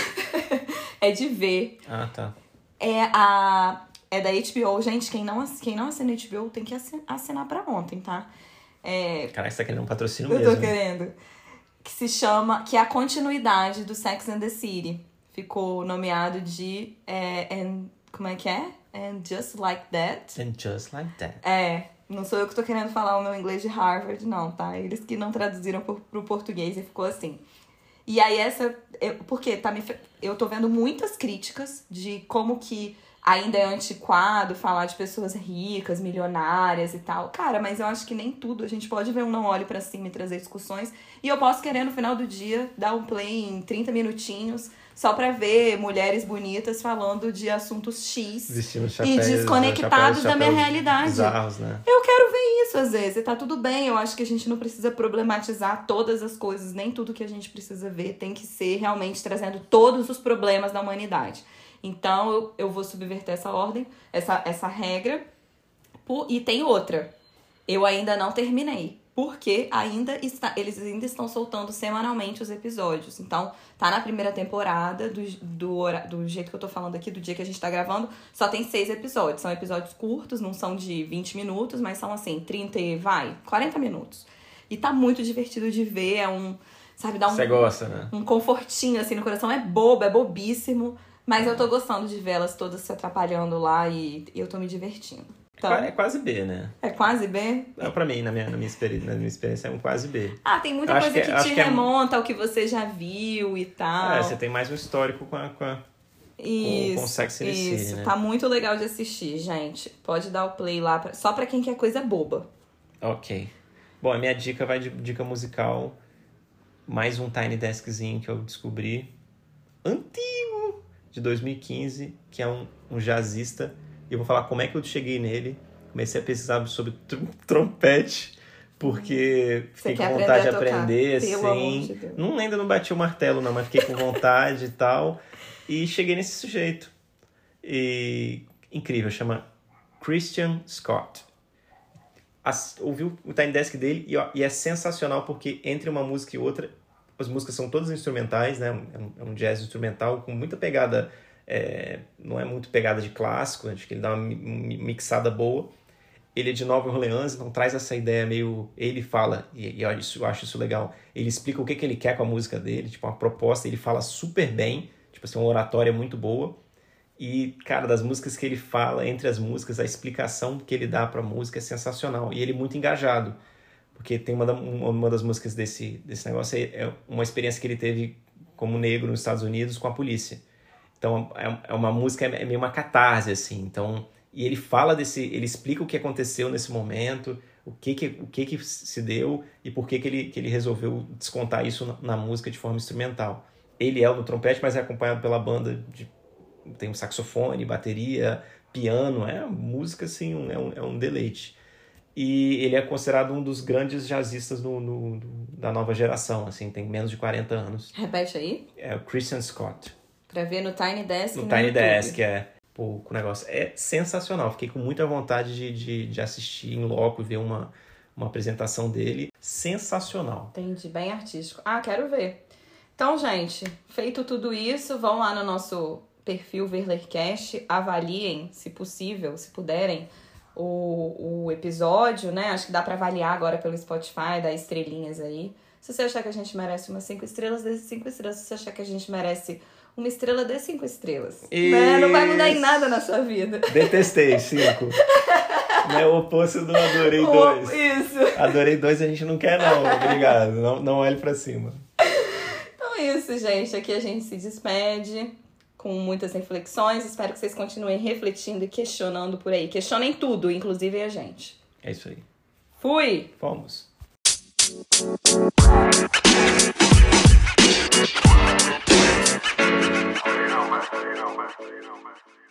É de ver. Ah, tá. É, a, é da H B O. Gente, quem não, quem não assina H B O tem que assinar pra ontem, tá? É, Caraca, você tá querendo um patrocínio eu mesmo. Eu tô querendo. Que se chama... Que é a continuidade do Sex and the City. Ficou nomeado de... É, and, como é que é? And Just Like That. And Just Like That. É. Não sou eu que tô querendo falar o meu inglês de Harvard, não, tá? Eles que não traduziram pro, pro português e ficou assim. E aí essa... Eu, porque tá me, eu tô vendo muitas críticas de como que ainda é antiquado falar de pessoas ricas, milionárias e tal. Cara, mas eu acho que nem tudo. A gente pode ver um Não Olhe Pra Cima e trazer discussões. E eu posso querer, no final do dia, dar um play em trinta minutinhos só pra ver mulheres bonitas falando de assuntos X chapéus, e desconectados chapéus, da minha chapéus realidade. Bizarros, né? Eu quero ver isso às vezes, e tá tudo bem. Eu acho que a gente não precisa problematizar todas as coisas, nem tudo que a gente precisa ver tem que ser realmente trazendo todos os problemas da humanidade. Então eu, eu vou subverter essa ordem, essa, essa regra. Por, e tem outra. Eu ainda não terminei. Porque ainda está, eles ainda estão soltando semanalmente os episódios. Então, tá na primeira temporada, do, do, do jeito que eu tô falando aqui, do dia que a gente tá gravando, só tem seis episódios. São episódios curtos, não são de vinte minutos, mas são assim, trinta e vai, quarenta minutos. E tá muito divertido de ver, é um, sabe, dá um... Você gosta, né? Um confortinho, assim, no coração. É bobo, é bobíssimo, mas eu tô gostando de ver elas todas se atrapalhando lá e, e eu tô me divertindo. Então, é quase B, né? É quase B? É, pra mim, na minha, na, minha experiência, na minha experiência, é um quase B. Ah, tem muita eu coisa que, que te que remonta é... ao que você já viu e tal. É, você tem mais um histórico com a... Com a... Isso, com, com Sex and the City, isso. né? Tá muito legal de assistir, gente. Pode dar o play lá, pra... só pra quem quer coisa boba. Ok. Bom, a minha dica vai de dica musical. Mais um Tiny Deskzinho que eu descobri. Antigo! De dois mil e quinze, que é um, um jazzista. E eu vou falar como é que eu cheguei nele. Comecei a pesquisar sobre tr- trompete, porque fiquei com vontade de aprender, assim. Não, ainda não bati o martelo, não, mas fiquei com vontade e tal. E cheguei nesse sujeito. E incrível, chama Christian Scott. As, ouvi o Tiny Desk dele e, ó, e é sensacional, porque entre uma música e outra, as músicas são todas instrumentais, né? É um, é um jazz instrumental com muita pegada... É, não é muito pegada de clássico, acho que ele dá uma mixada boa. Ele é de Nova Orleans, então traz essa ideia meio... Ele fala, e, e eu, isso, eu acho isso legal, ele explica o que, que ele quer com a música dele, tipo uma proposta, ele fala super bem, tipo assim, uma oratória muito boa. E, cara, das músicas que ele fala, entre as músicas, a explicação que ele dá pra música é sensacional. E ele é muito engajado. Porque tem uma, da, uma das músicas desse, desse negócio, é uma experiência que ele teve como negro nos Estados Unidos com a polícia. Então, é uma música, é meio uma catarse, assim. Então, e ele fala desse, ele explica o que aconteceu nesse momento, o que que, o que, que se deu e por que, que, ele, que ele resolveu descontar isso na, na música de forma instrumental. Ele é o do trompete, mas é acompanhado pela banda, de, tem um saxofone, bateria, piano, é música, assim, um, é, um, é um deleite. E ele é considerado um dos grandes jazzistas no, no, no, da nova geração, assim, tem menos de quarenta anos. Repete aí. É o Christian Scott. Pra ver no Tiny Desk. No, no Tiny YouTube. Desk, é. Pô, o negócio é sensacional. Fiquei com muita vontade de, de, de assistir em loco e ver uma, uma apresentação dele. Sensacional. Entendi, bem artístico. Ah, quero ver. Então, gente, feito tudo isso, vão lá no nosso perfil VerlerCast, avaliem, se possível, se puderem, o, o episódio, né? Acho que dá pra avaliar agora pelo Spotify, dar estrelinhas aí. Se você achar que a gente merece umas cinco estrelas, dê cinco estrelas. Se você achar que a gente merece uma estrela, dê cinco estrelas. Né? Não vai mudar em nada na sua vida. Detestei, cinco. Não é o oposto do adorei dois. Isso. Adorei dois a gente não quer, não. Obrigado. Não, não olhe pra cima. Então é isso, gente. Aqui a gente se despede com muitas reflexões. Espero que vocês continuem refletindo e questionando por aí. Questionem tudo, inclusive a gente. É isso aí. Fui! Fomos. You know, man. You know, man. You know, man.